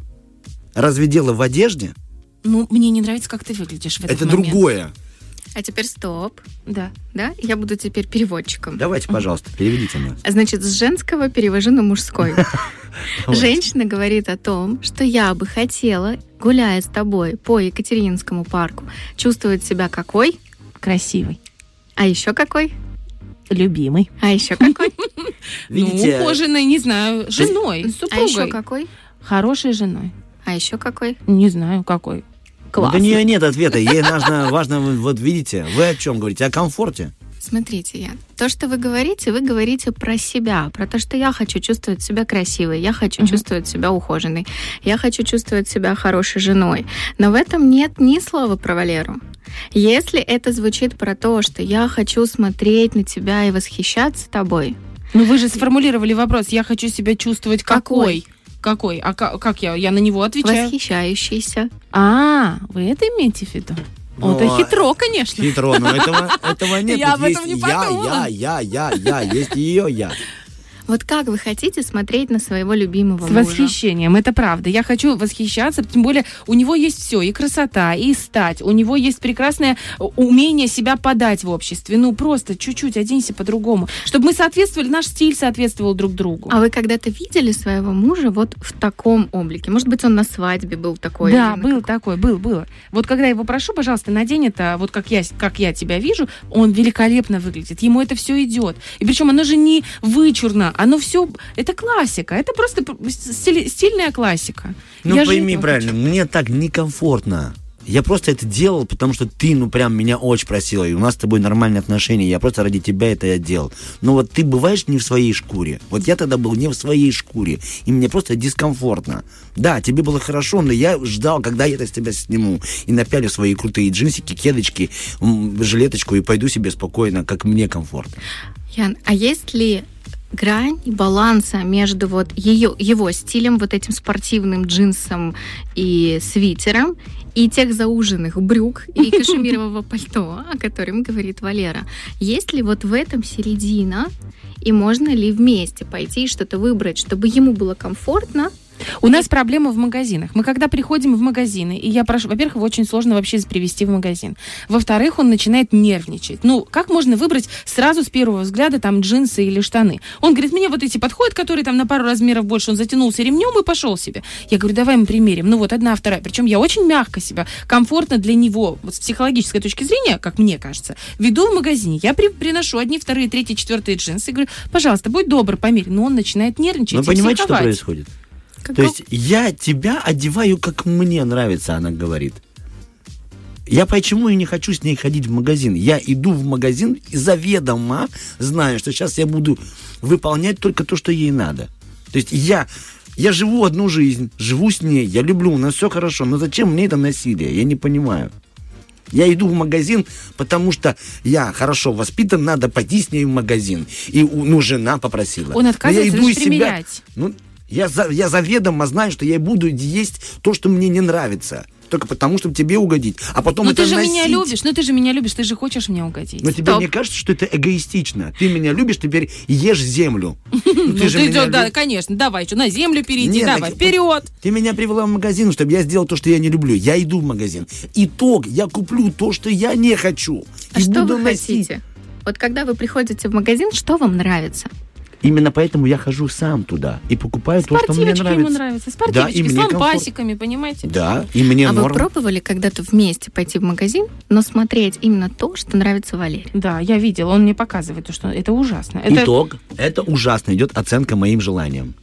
Разве дело в одежде? Ну, мне не нравится, как ты выглядишь в этот Это момент. другое. А теперь стоп. Да. Да? Я буду теперь переводчиком. Давайте, пожалуйста, переведите нас. Значит, с женского перевожу на мужской. Давайте. Женщина говорит о том, что я бы хотела, гуляя с тобой по Екатерининскому парку, чувствовать себя какой? Красивый. А еще какой? Любимый. А еще какой? Видите, Ну, ухоженной, не знаю, женой, А супругой. еще какой? Хорошей женой. А еще какой? Не знаю, какой. у Классный. нее нет ответа. Ей нужно, важно, вот видите, вы о чем говорите? О комфорте. Смотрите, Ян, то, что вы говорите, вы говорите про себя, про то, что я хочу чувствовать себя красивой, я хочу Мгм. чувствовать себя ухоженной, я хочу чувствовать себя хорошей женой. Но в этом нет ни слова про Валеру. Если это звучит про то, что я хочу смотреть на тебя и восхищаться тобой, Ну, вы же сформулировали вопрос. Я хочу себя чувствовать какой? Какой? Какой? А ка- как я? Я на него отвечаю. восхищающийся. А, вы это имеете в виду? Ну, это а- хитро, конечно. Хитро, но этого, этого нет. Я Тут об этом есть не я, подумала. я, я, я, я, есть ее я. Вот как вы хотите смотреть на своего любимого С мужа? восхищением, это правда. Я хочу восхищаться, тем более у него есть все, и красота, и стать. У него есть прекрасное умение себя подать в обществе. Ну, просто чуть-чуть оденься по-другому. Чтобы мы соответствовали, наш стиль соответствовал друг другу. А вы когда-то видели своего мужа вот в таком облике? Может быть, он на свадьбе был такой? Да, или на был каком- такой, был, было. Вот когда я его прошу, пожалуйста, надень это, вот как я, как я тебя вижу, он великолепно выглядит. Ему это все идет. И причем оно же не вычурно, оно все, это классика, это просто стиль- стильная классика. Ну, Я же пойми этого правильно, мне так некомфортно. Я просто это делал, потому что ты, ну, прям меня очень просила, и у нас с тобой нормальные отношения, я просто ради тебя это я делал. Но вот ты бываешь не в своей шкуре. Вот я тогда был не в своей шкуре, и мне просто дискомфортно. Да, тебе было хорошо, но я ждал, когда я это с тебя сниму, и напялю свои крутые джинсики, кедочки, м, жилеточку, и пойду себе спокойно, как мне комфортно. Ян, а есть ли грань баланса между вот ее, его стилем, вот этим спортивным джинсом и свитером, и тех зауженных брюк и кашемирового пальто, о котором говорит Валера? Есть ли вот в этом середина, и можно ли вместе пойти и что-то выбрать, чтобы ему было комфортно, У нас проблема в магазинах. Мы когда приходим в магазины, и я прошу, во-первых, его очень сложно вообще привести в магазин. Во-вторых, он начинает нервничать. Ну, как можно выбрать сразу с первого взгляда там джинсы или штаны? Он говорит, мне вот эти подходят, которые там на пару размеров больше, он затянулся ремнем и пошел себе. Я говорю, давай мы примерим. Ну вот одна, вторая. Причем я очень мягко себя, комфортно для него, вот с психологической точки зрения, как мне кажется, веду в магазине. Я при, приношу одни, вторые, третьи, четвертые джинсы и говорю, пожалуйста, будь добр, померь. Но он начинает нервничать. Но и понимаете, психовать. что происходит? Как То есть я тебя одеваю, как мне нравится, она говорит. Я почему и не хочу с ней ходить в магазин? Я иду в магазин и заведомо знаю, что сейчас я буду выполнять только то, что ей надо. То есть я, я живу одну жизнь, живу с ней, я люблю, у нас все хорошо, но зачем мне это насилие? Я не понимаю. Я иду в магазин, потому что я хорошо воспитан, надо пойти с ней в магазин. И ну, жена попросила. Он отказывается я иду даже из себя, примерять. ну, я, за, я заведомо знаю, что я буду есть то, что мне не нравится. Только потому, чтобы тебе угодить. А потом Ну это ты же носить. меня любишь, ну ты же меня любишь, ты же хочешь мне угодить. Но тебе Стоп. не кажется, что это эгоистично? Ты меня любишь, теперь ешь землю. Ну, Ну, ты же ты, меня да, люб- конечно, давай, что, на землю перейди, Нет, давай, так- вперед. Ты меня привела в магазин, чтобы я сделал то, что я не люблю. Я иду в магазин. Итог, я куплю то, что я не хочу. А И что буду вы носить. хотите? Вот когда вы приходите в магазин, что вам нравится? Именно поэтому я хожу сам туда и покупаю то, что мне Спортивочки нравится. ему нравятся, Да, спортивочки и с мне лампасиками, понимаете? Да, и мне А вы норм. пробовали когда-то вместе пойти в магазин, но смотреть именно то, что нравится Валерию? Да, я видела, он мне показывает, то, что это ужасно. Это Итог, это ужасно. Идет оценка моим желаниям.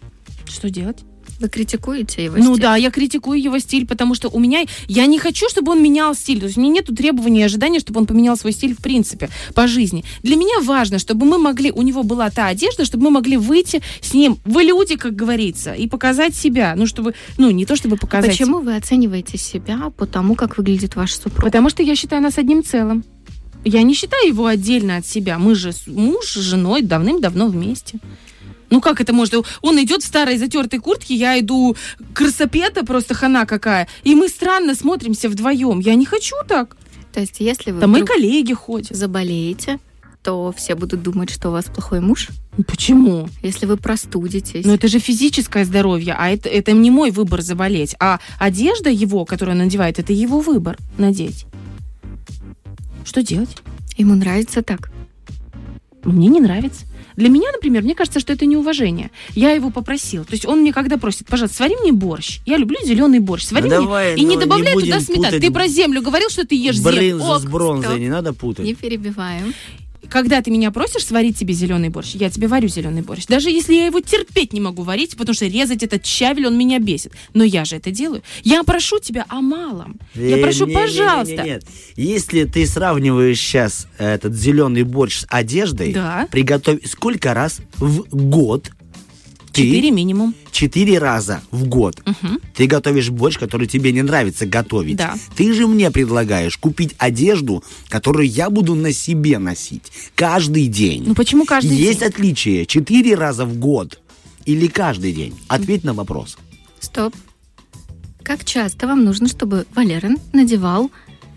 что делать? Вы критикуете его Ну стиль? да, я критикую его стиль, потому что у меня... Я не хочу, чтобы он менял стиль. То есть у меня нету требований и ожидания, чтобы он поменял свой стиль в принципе по жизни. Для меня важно, чтобы мы могли... У него была та одежда, чтобы мы могли выйти с ним в люди, как говорится, и показать себя. Ну, чтобы... Ну, не то, чтобы показать... Почему вы оцениваете себя по тому, как выглядит ваш супруг? Потому что я считаю нас одним целым. Я не считаю его отдельно от себя. Мы же с- муж с женой давным-давно вместе. Ну как это может? Он идет в старой затертой куртке, я иду красопета, просто хана какая. И мы странно смотримся вдвоем. Я не хочу так. То есть, если вы Там мои вдруг коллеги ходят. заболеете, то все будут думать, что у вас плохой муж. Ну, почему? Если вы простудитесь. Ну это же физическое здоровье, а это, это не мой выбор заболеть. А одежда его, которую он надевает, это его выбор надеть. Что делать? Ему нравится так. Мне не нравится. Для меня, например, мне кажется, что это неуважение. Я его попросила. То есть он мне когда просит, пожалуйста, свари мне борщ. Я люблю зеленый борщ. Свари Ну, мне давай, и не ну, добавляй не туда будем сметану. путать Ты про землю говорил, что ты ешь землю. Брынзу Ок, с бронзой стоп. не надо путать. Не перебиваем. Когда ты меня просишь сварить тебе зеленый борщ, я тебе варю зеленый борщ. Даже если я его терпеть не могу варить, потому что резать этот щавель, он меня бесит. Но я же это делаю. Я прошу тебя о малом. Я Э, прошу, не, не, не, пожалуйста. не, Нет, если ты сравниваешь сейчас этот зеленый борщ с одеждой, Да. приготовь сколько раз в год ты Четыре минимум. четыре раза в год Мгм. ты готовишь борщ, который тебе не нравится готовить. Да. Ты же мне предлагаешь купить одежду, которую я буду на себе носить каждый день. Ну почему каждый Есть день? отличие четыре раза в год или каждый день? Ответь на вопрос. Стоп. Как часто вам нужно, чтобы Валерин надевал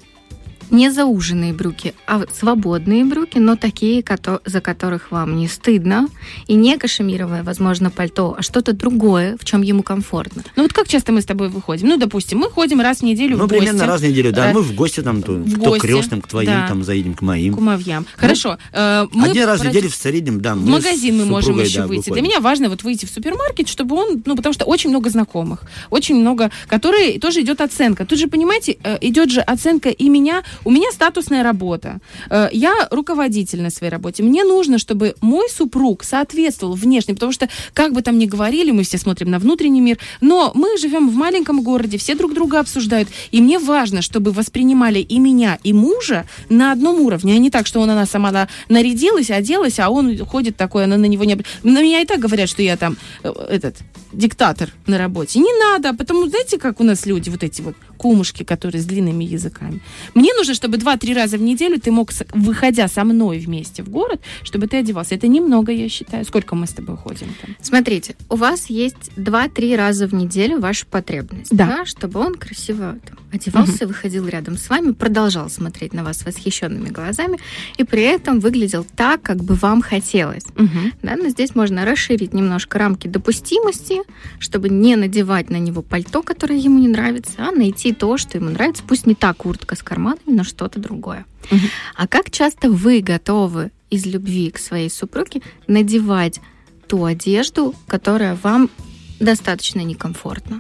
не зауженные брюки, а свободные брюки, но такие, кото- за которых вам не стыдно, и не кашемировое, возможно, пальто, а что-то другое, в чем ему комфортно? Ну вот как часто мы с тобой выходим? Ну, допустим, мы ходим раз в неделю Ну, в гости. примерно раз в неделю, да. Э, Мы в гости там, то, в то гости, к крестным, к твоим, да. там заедем к моим. К кумовьям. Хорошо. э, мы Один раз в про- неделю в среднем, да. В магазин мы можем еще да, выйти. Для выходим. меня важно вот выйти в супермаркет, чтобы он, ну, потому что очень много знакомых, очень много, которые тоже идет оценка. Тут же, понимаете, э, идет же оценка и меня. У меня статусная работа. Э, Я руководитель на своей работе. Мне нужно, чтобы мой супруг соответствовал внешне, потому что, как бы там ни говорили, мы все смотрим на внутренний мир, но мы живем в маленьком городе, все друг друга обсуждают, и мне важно, чтобы воспринимали и меня, и мужа на одном уровне, а не так, что он, она сама на- нарядилась, оделась, а он ходит такой, она на него не... об- На меня и так говорят, что я там э, этот диктатор на работе. Не надо, потому, знаете, как у нас люди, вот эти вот кумушки, которые с длинными языками. Мне нужно, чтобы два-три раза в неделю ты мог, с- выходя со мной вместе в город, чтобы ты одевался. Это немного, я считаю. Сколько мы с тобой ходим там? Смотрите, у вас есть два-три раза в неделю ваша потребность, Да. да, чтобы он красиво там, одевался, выходил рядом с вами, продолжал смотреть на вас восхищенными глазами и при этом выглядел так, как бы вам хотелось. Мгм. Да, но здесь можно расширить немножко рамки допустимости, чтобы не надевать на него пальто, которое ему не нравится, а найти то, что ему нравится. Пусть не та куртка с карманами, но что-то другое. Мгм. А как часто вы готовы из любви к своей супруге надевать ту одежду, которая вам достаточно некомфортна?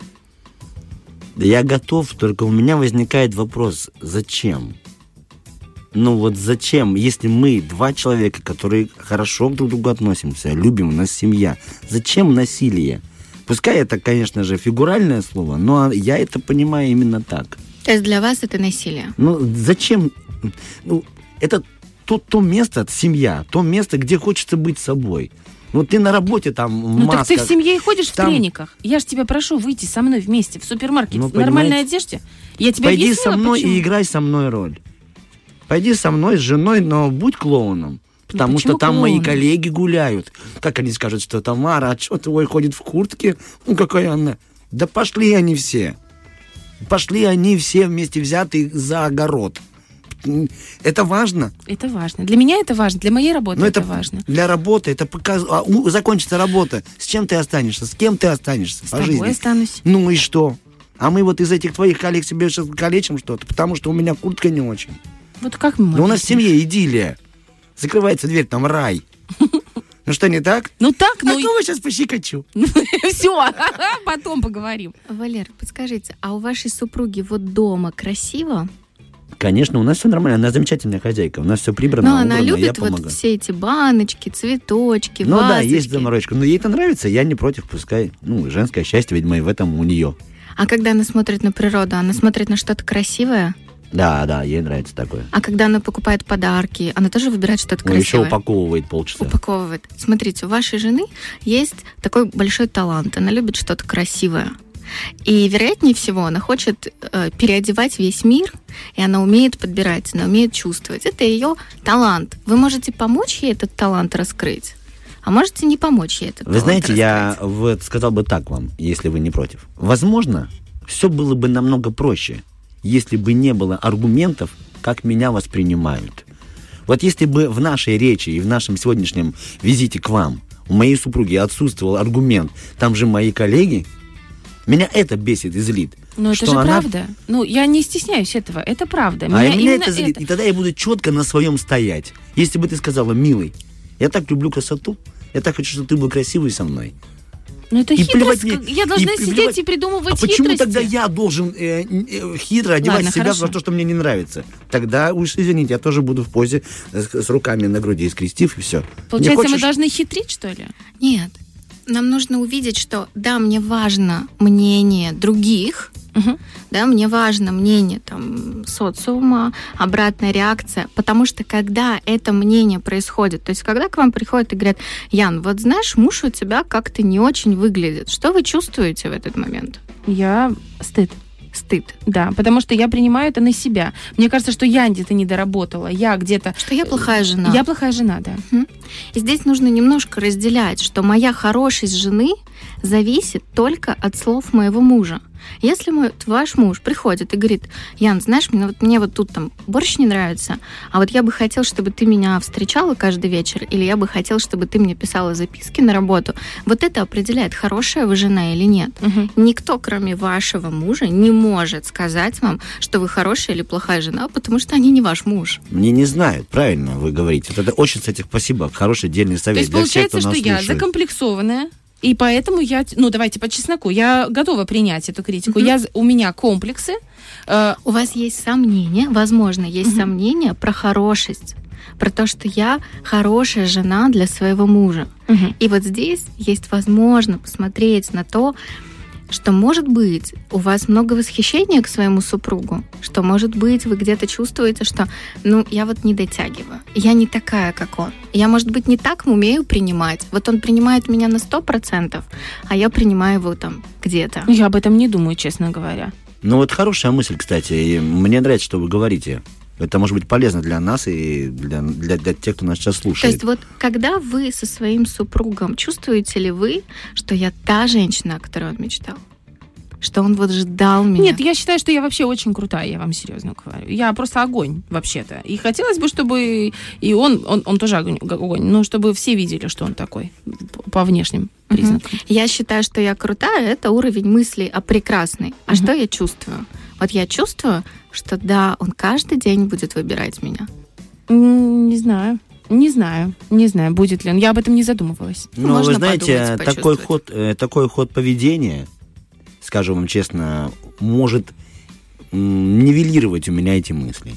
Да я готов, только у меня возникает вопрос, зачем? Ну вот зачем, если мы два человека, которые хорошо друг к другу относимся, любим, у нас семья, зачем насилие? Пускай это, конечно же, фигуральное слово, но я это понимаю именно так. То есть для вас это насилие? Ну зачем? Ну, это то, то место, семья, то место, где хочется быть собой. Ну, ты на работе там в Ну так масках. ты в семье и ходишь там- в трениках. Я же тебя прошу выйти со мной вместе в супермаркет Ну, в нормальной понимаете, одежде. Я тебе Пойди объяснила, со мной почему. и играй со мной роль. Пойди со мной с женой, но будь клоуном. Потому почему что там мои клоуном? коллеги гуляют. Как они скажут, что Тамара, а что твой ходит в куртке? Ну, какая она? Да пошли они все. Пошли они все вместе взятые за огород. Это важно. Это важно. Для меня это важно, для моей работы Но это, это важно. для работы, это показ... а, у- закончится работа. С чем ты останешься? С кем ты останешься С по тобой жизни? останусь. Ну и что? А мы вот из этих твоих коллег себе сейчас калечим что-то, потому что у меня куртка не очень. Вот как мы Да у нас в объясним? семье идиллия. Закрывается дверь, там рай. Ну что, не так? Ну так, А ну кого сейчас пощекочу? все, потом поговорим. Валер, подскажите, а у вашей супруги вот дома красиво? Конечно, у нас все нормально. Она замечательная хозяйка. У нас все прибрано, Но она убрано, я любит вот помогаю. все эти баночки, цветочки, Ну да, вазочки. есть заморочка. Но ей это нравится, я не против, пускай. Ну, женское счастье, видимо, и в этом у нее. А когда она смотрит на природу, она смотрит на что-то красивое? Да, да, ей нравится такое. А когда она покупает подарки, она тоже выбирает что-то Ну, еще красивое? упаковывает полчаса. Упаковывает. Смотрите, у вашей жены есть такой большой талант. Она любит что-то красивое. И, вероятнее всего, она хочет э, переодевать весь мир, и она умеет подбирать, она умеет чувствовать. Это ее талант. Вы можете помочь ей этот талант раскрыть, а можете не помочь ей этот Вы талант знаете, я раскрыть. вот сказал бы так вам, если вы не против. Возможно, все было бы намного проще, если бы не было аргументов, как меня воспринимают. Вот если бы в нашей речи и в нашем сегодняшнем визите к вам у моей супруги отсутствовал аргумент, там же мои коллеги, меня это бесит и злит. Ну это что же она- правда. Ну я не стесняюсь этого, это правда. А Меня меня именно это злит. И тогда я буду четко на своем стоять. Если бы ты сказала, милый, я так люблю красоту, я так хочу, чтобы ты был красивый со мной. Ну это И хитрость. плевать мне- как- Я должна и сидеть плевать- и придумывать А почему хитрости. тогда я должен э, э, хитро одевать Ладно, себя хорошо. во то, что мне не нравится? Тогда уж извините, я тоже буду в позе с, с руками на груди, скрестив, и все. Получается, мы должны хитрить, что ли? Нет. Нам нужно увидеть, что да, мне важно мнение других, Мгм. да, мне важно мнение там, социума, обратная реакция, потому что когда это мнение происходит, то есть когда к вам приходят и говорят, Ян, вот знаешь, муж у тебя как-то не очень выглядит, что вы чувствуете в этот момент? Я стыд. Стыд. Да, потому что я принимаю это на себя. Мне кажется, что я где-то не доработала, я где-то... Что я плохая жена. Я плохая жена, да. И здесь нужно немножко разделять, что моя хорошесть жены зависит только от слов моего мужа. Если мой, ваш муж приходит и говорит, Ян, знаешь, мне вот, мне вот тут там борщ не нравится, а вот я бы хотел, чтобы ты меня встречала каждый вечер, или я бы хотел, чтобы ты мне писала записки на работу, вот это определяет, хорошая вы жена или нет. Мгм. Никто, кроме вашего мужа, не может сказать вам, что вы хорошая или плохая жена, потому что они не ваш муж. Мне не знают, правильно вы говорите. Это очень, кстати, спасибо. Хороший дельный совет. То есть для всех, получается, кто нас что я слушает. закомплексованная, и поэтому я, ну давайте по чесноку, я готова принять эту критику. Мгм. Я, у меня комплексы. э, У вас есть сомнения, возможно, есть Мгм. сомнения про хорошесть, про то, что я хорошая жена для своего мужа. мгм. И вот здесь есть возможность посмотреть на то, что, может быть, у вас много восхищения к своему супругу, что, может быть, вы где-то чувствуете, что, ну, я вот не дотягиваю, я не такая, как он. Я, может быть, не так умею принимать. Вот он принимает меня на сто процентов, а я принимаю его там где-то. Я об этом не думаю, честно говоря. Ну вот хорошая мысль, кстати. И мне нравится, что вы говорите. Это может быть полезно для нас и для, для, для тех, кто нас сейчас То слушает. есть вот когда вы со своим супругом, чувствуете ли вы, что я та женщина, о которой он мечтал? что он вот ждал меня. Нет, я считаю, что я вообще очень крутая, я вам серьезно говорю. Я просто огонь, вообще-то. И хотелось бы, чтобы и он, он, он тоже огонь, огонь, но чтобы все видели, что он такой по внешним признакам. Угу. Я считаю, что я крутая, это уровень мыслей о прекрасной. А угу. что я чувствую? Вот я чувствую, что да, он каждый день будет выбирать меня. Не знаю. Не знаю, не знаю, будет ли он. Я об этом не задумывалась. Ну, вы знаете, такой ход, такой ход поведения, скажу вам честно, может нивелировать у меня эти мысли.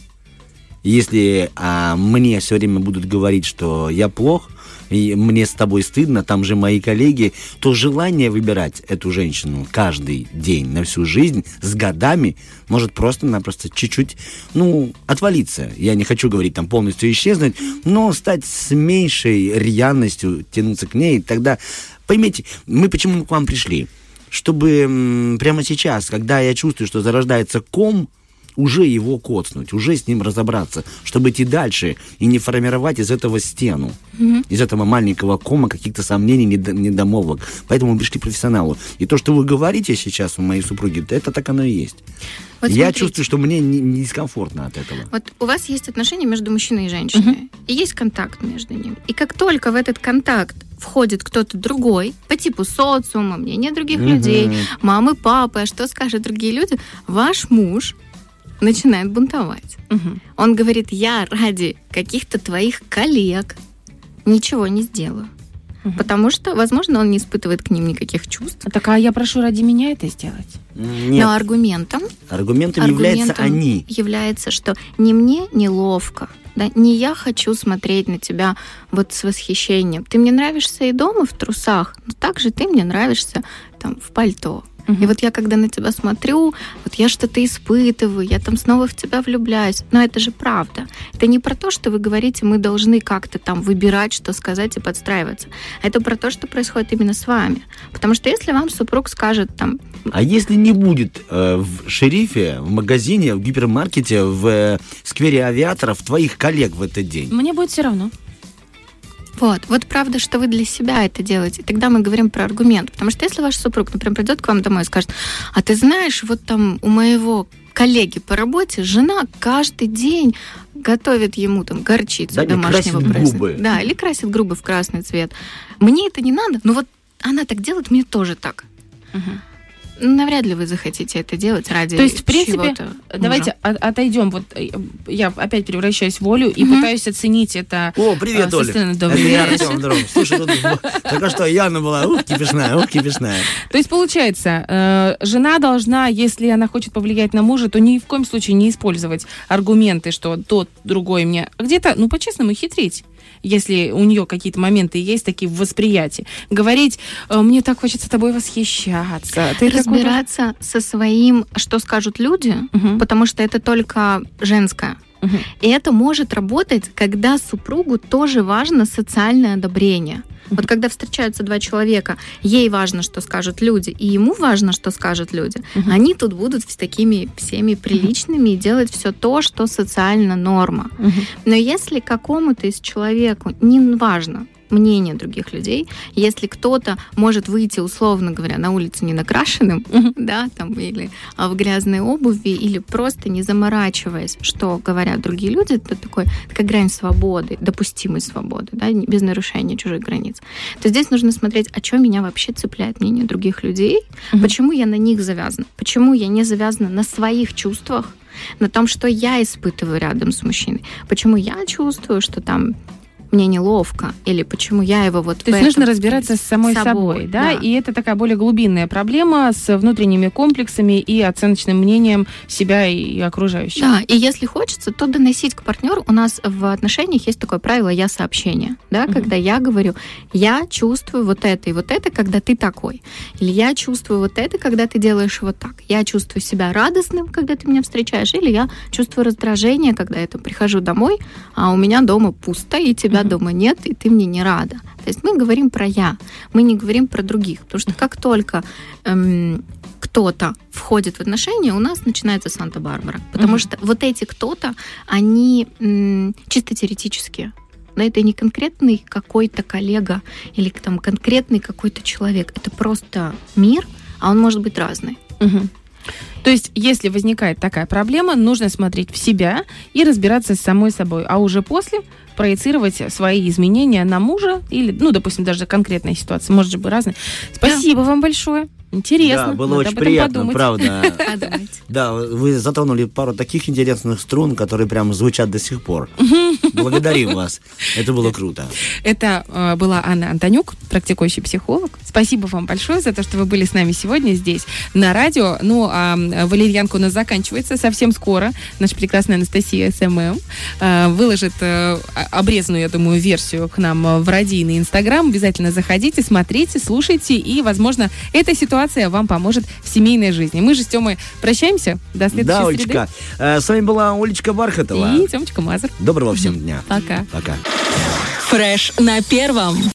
Если а, мне все время будут говорить, что я плох, и мне с тобой стыдно, там же мои коллеги, то желание выбирать эту женщину каждый день на всю жизнь с годами может просто-напросто чуть-чуть, ну, отвалиться. Я не хочу говорить там полностью исчезнуть, но стать с меньшей рьяностью, тянуться к ней. Тогда, поймите, мы почему к вам пришли? Чтобы м, прямо сейчас, когда я чувствую, что зарождается ком, уже его коцнуть, уже с ним разобраться, чтобы идти дальше и не формировать из этого стену, mm-hmm. из этого маленького кома каких-то сомнений, недомолвок. Поэтому мы пришли к профессионалу. И то, что вы говорите сейчас у моей супруги, это так оно и есть. Вот я смотрите. Чувствую, что мне не, не дискомфортно от этого. Вот у вас есть отношения между мужчиной и женщиной, mm-hmm. и есть контакт между ними. И как только в этот контакт входит кто-то другой, по типу социума, мнения других mm-hmm. людей, мамы, папы, а что скажут другие люди, ваш муж начинает бунтовать. Угу. Он говорит, я ради каких-то твоих коллег ничего не сделаю. Угу. Потому что, возможно, он не испытывает к ним никаких чувств. Так, а я прошу ради меня это сделать? Нет. Но аргументом... Аргументом, аргументом являются они. Является, что не мне неловко, да, не я хочу смотреть на тебя вот с восхищением. Ты мне нравишься и дома в трусах, но также ты мне нравишься там в пальто. Uh-huh. И вот я, когда на тебя смотрю, вот я что-то испытываю, я там снова в тебя влюбляюсь. Но это же правда. Это не про то, что вы говорите, мы должны как-то там выбирать, что сказать и подстраиваться. Это про то, что происходит именно с вами. Потому что если вам супруг скажет там... А если не будет э, в шерифе, в магазине, в гипермаркете, в э, сквере авиаторов твоих коллег в этот день? Мне будет все равно. Вот, вот правда, что вы для себя это делаете. Тогда мы говорим про аргумент. Потому что если ваш супруг, например, придет к вам домой и скажет, а ты знаешь, вот там у моего коллеги по работе жена каждый день готовит ему там горчицу да, домашнего производства. Да, или красит губы в красный цвет. Мне это не надо, но вот она так делает, мне тоже так. Угу. Навряд ли вы захотите это делать ради То есть, в принципе, чего-то. Давайте от, отойдем. Вот я опять превращаюсь в Олю и mm-hmm. пытаюсь оценить это. О, привет, а, Оля. Это я, Артем, здорово. Слушай, тут только что Яна была, ух, кипишная, ух, кипишная. То есть, получается, э, жена должна, если она хочет повлиять на мужа, то ни в коем случае не использовать аргументы, что тот, другой мне. Где-то, ну, по-честному, хитрить. Если у нее какие-то моменты есть такие в восприятии. Говорить, мне так хочется тобой восхищаться. Ты разбираться такой... со своим, что скажут люди, угу. потому что это только женское. Угу. И это может работать, когда супругу тоже важно социальное одобрение. Вот когда встречаются два человека, ей важно, что скажут люди, и ему важно, что скажут люди, uh-huh. они тут будут с такими всеми приличными uh-huh. и делать все то, что социально норма. Uh-huh. Но если какому-то из человеку не важно мнение других людей, если кто-то может выйти, условно говоря, на улице не накрашенным, uh-huh. да, там, или в грязной обуви, или просто не заморачиваясь, что говорят другие люди, это такой, такая грань свободы, допустимой свободы, да, без нарушения чужих границ, то здесь нужно смотреть, а что меня вообще цепляет мнение других людей, uh-huh. почему я на них завязана, почему я не завязана на своих чувствах, на том, что я испытываю рядом с мужчиной, почему я чувствую, что там мне неловко, или почему я его вот... То есть нужно разбираться с самой собой, собой да? да? И это такая более глубинная проблема с внутренними комплексами и оценочным мнением себя и окружающих. Да, и если хочется, то доносить к партнеру. У нас в отношениях есть такое правило «я-сообщение», да? Uh-huh. Когда я говорю, я чувствую вот это и вот это, когда ты такой. Или я чувствую вот это, когда ты делаешь вот так. Я чувствую себя радостным, когда ты меня встречаешь, или я чувствую раздражение, когда я там прихожу домой, а у меня дома пусто, и тебя дома нет, и ты мне не рада. То есть мы говорим про «я», мы не говорим про других. Потому что как только эм, кто-то входит в отношения, у нас начинается Санта-Барбара. Потому mm-hmm. что вот эти кто-то, они м, чисто теоретические. Но это не конкретный какой-то коллега или там конкретный какой-то человек. Это просто мир, а он может быть разный. Мгм. То есть, если возникает такая проблема, нужно смотреть в себя и разбираться с самой собой, а уже после проецировать свои изменения на мужа или, ну, допустим, даже конкретная ситуация, может же быть разная. Спасибо вам большое. Интересно. Да, было Надо очень об этом приятно, подумать. правда. Подумайте. Да, вы затронули пару таких интересных струн, которые прямо звучат до сих пор. Благодарим вас. Это было круто. Это э, была Анна Антонюк, практикующий психолог. Спасибо вам большое за то, что вы были с нами сегодня здесь, на радио. Ну, а э, валерьянка у нас заканчивается совсем скоро. Наша прекрасная Анастасия СММ э, выложит э, обрезанную, я думаю, версию к нам в радийный Инстаграм. Обязательно заходите, смотрите, слушайте, и, возможно, эта ситуация вам поможет в семейной жизни. Мы же с Тёмой прощаемся. До следующей Да, среды. Олечка. Э, С вами была Олечка Бархатова. И Тёмочка Мазур. Доброго всем дня. Пока. Пока. Фреш на первом.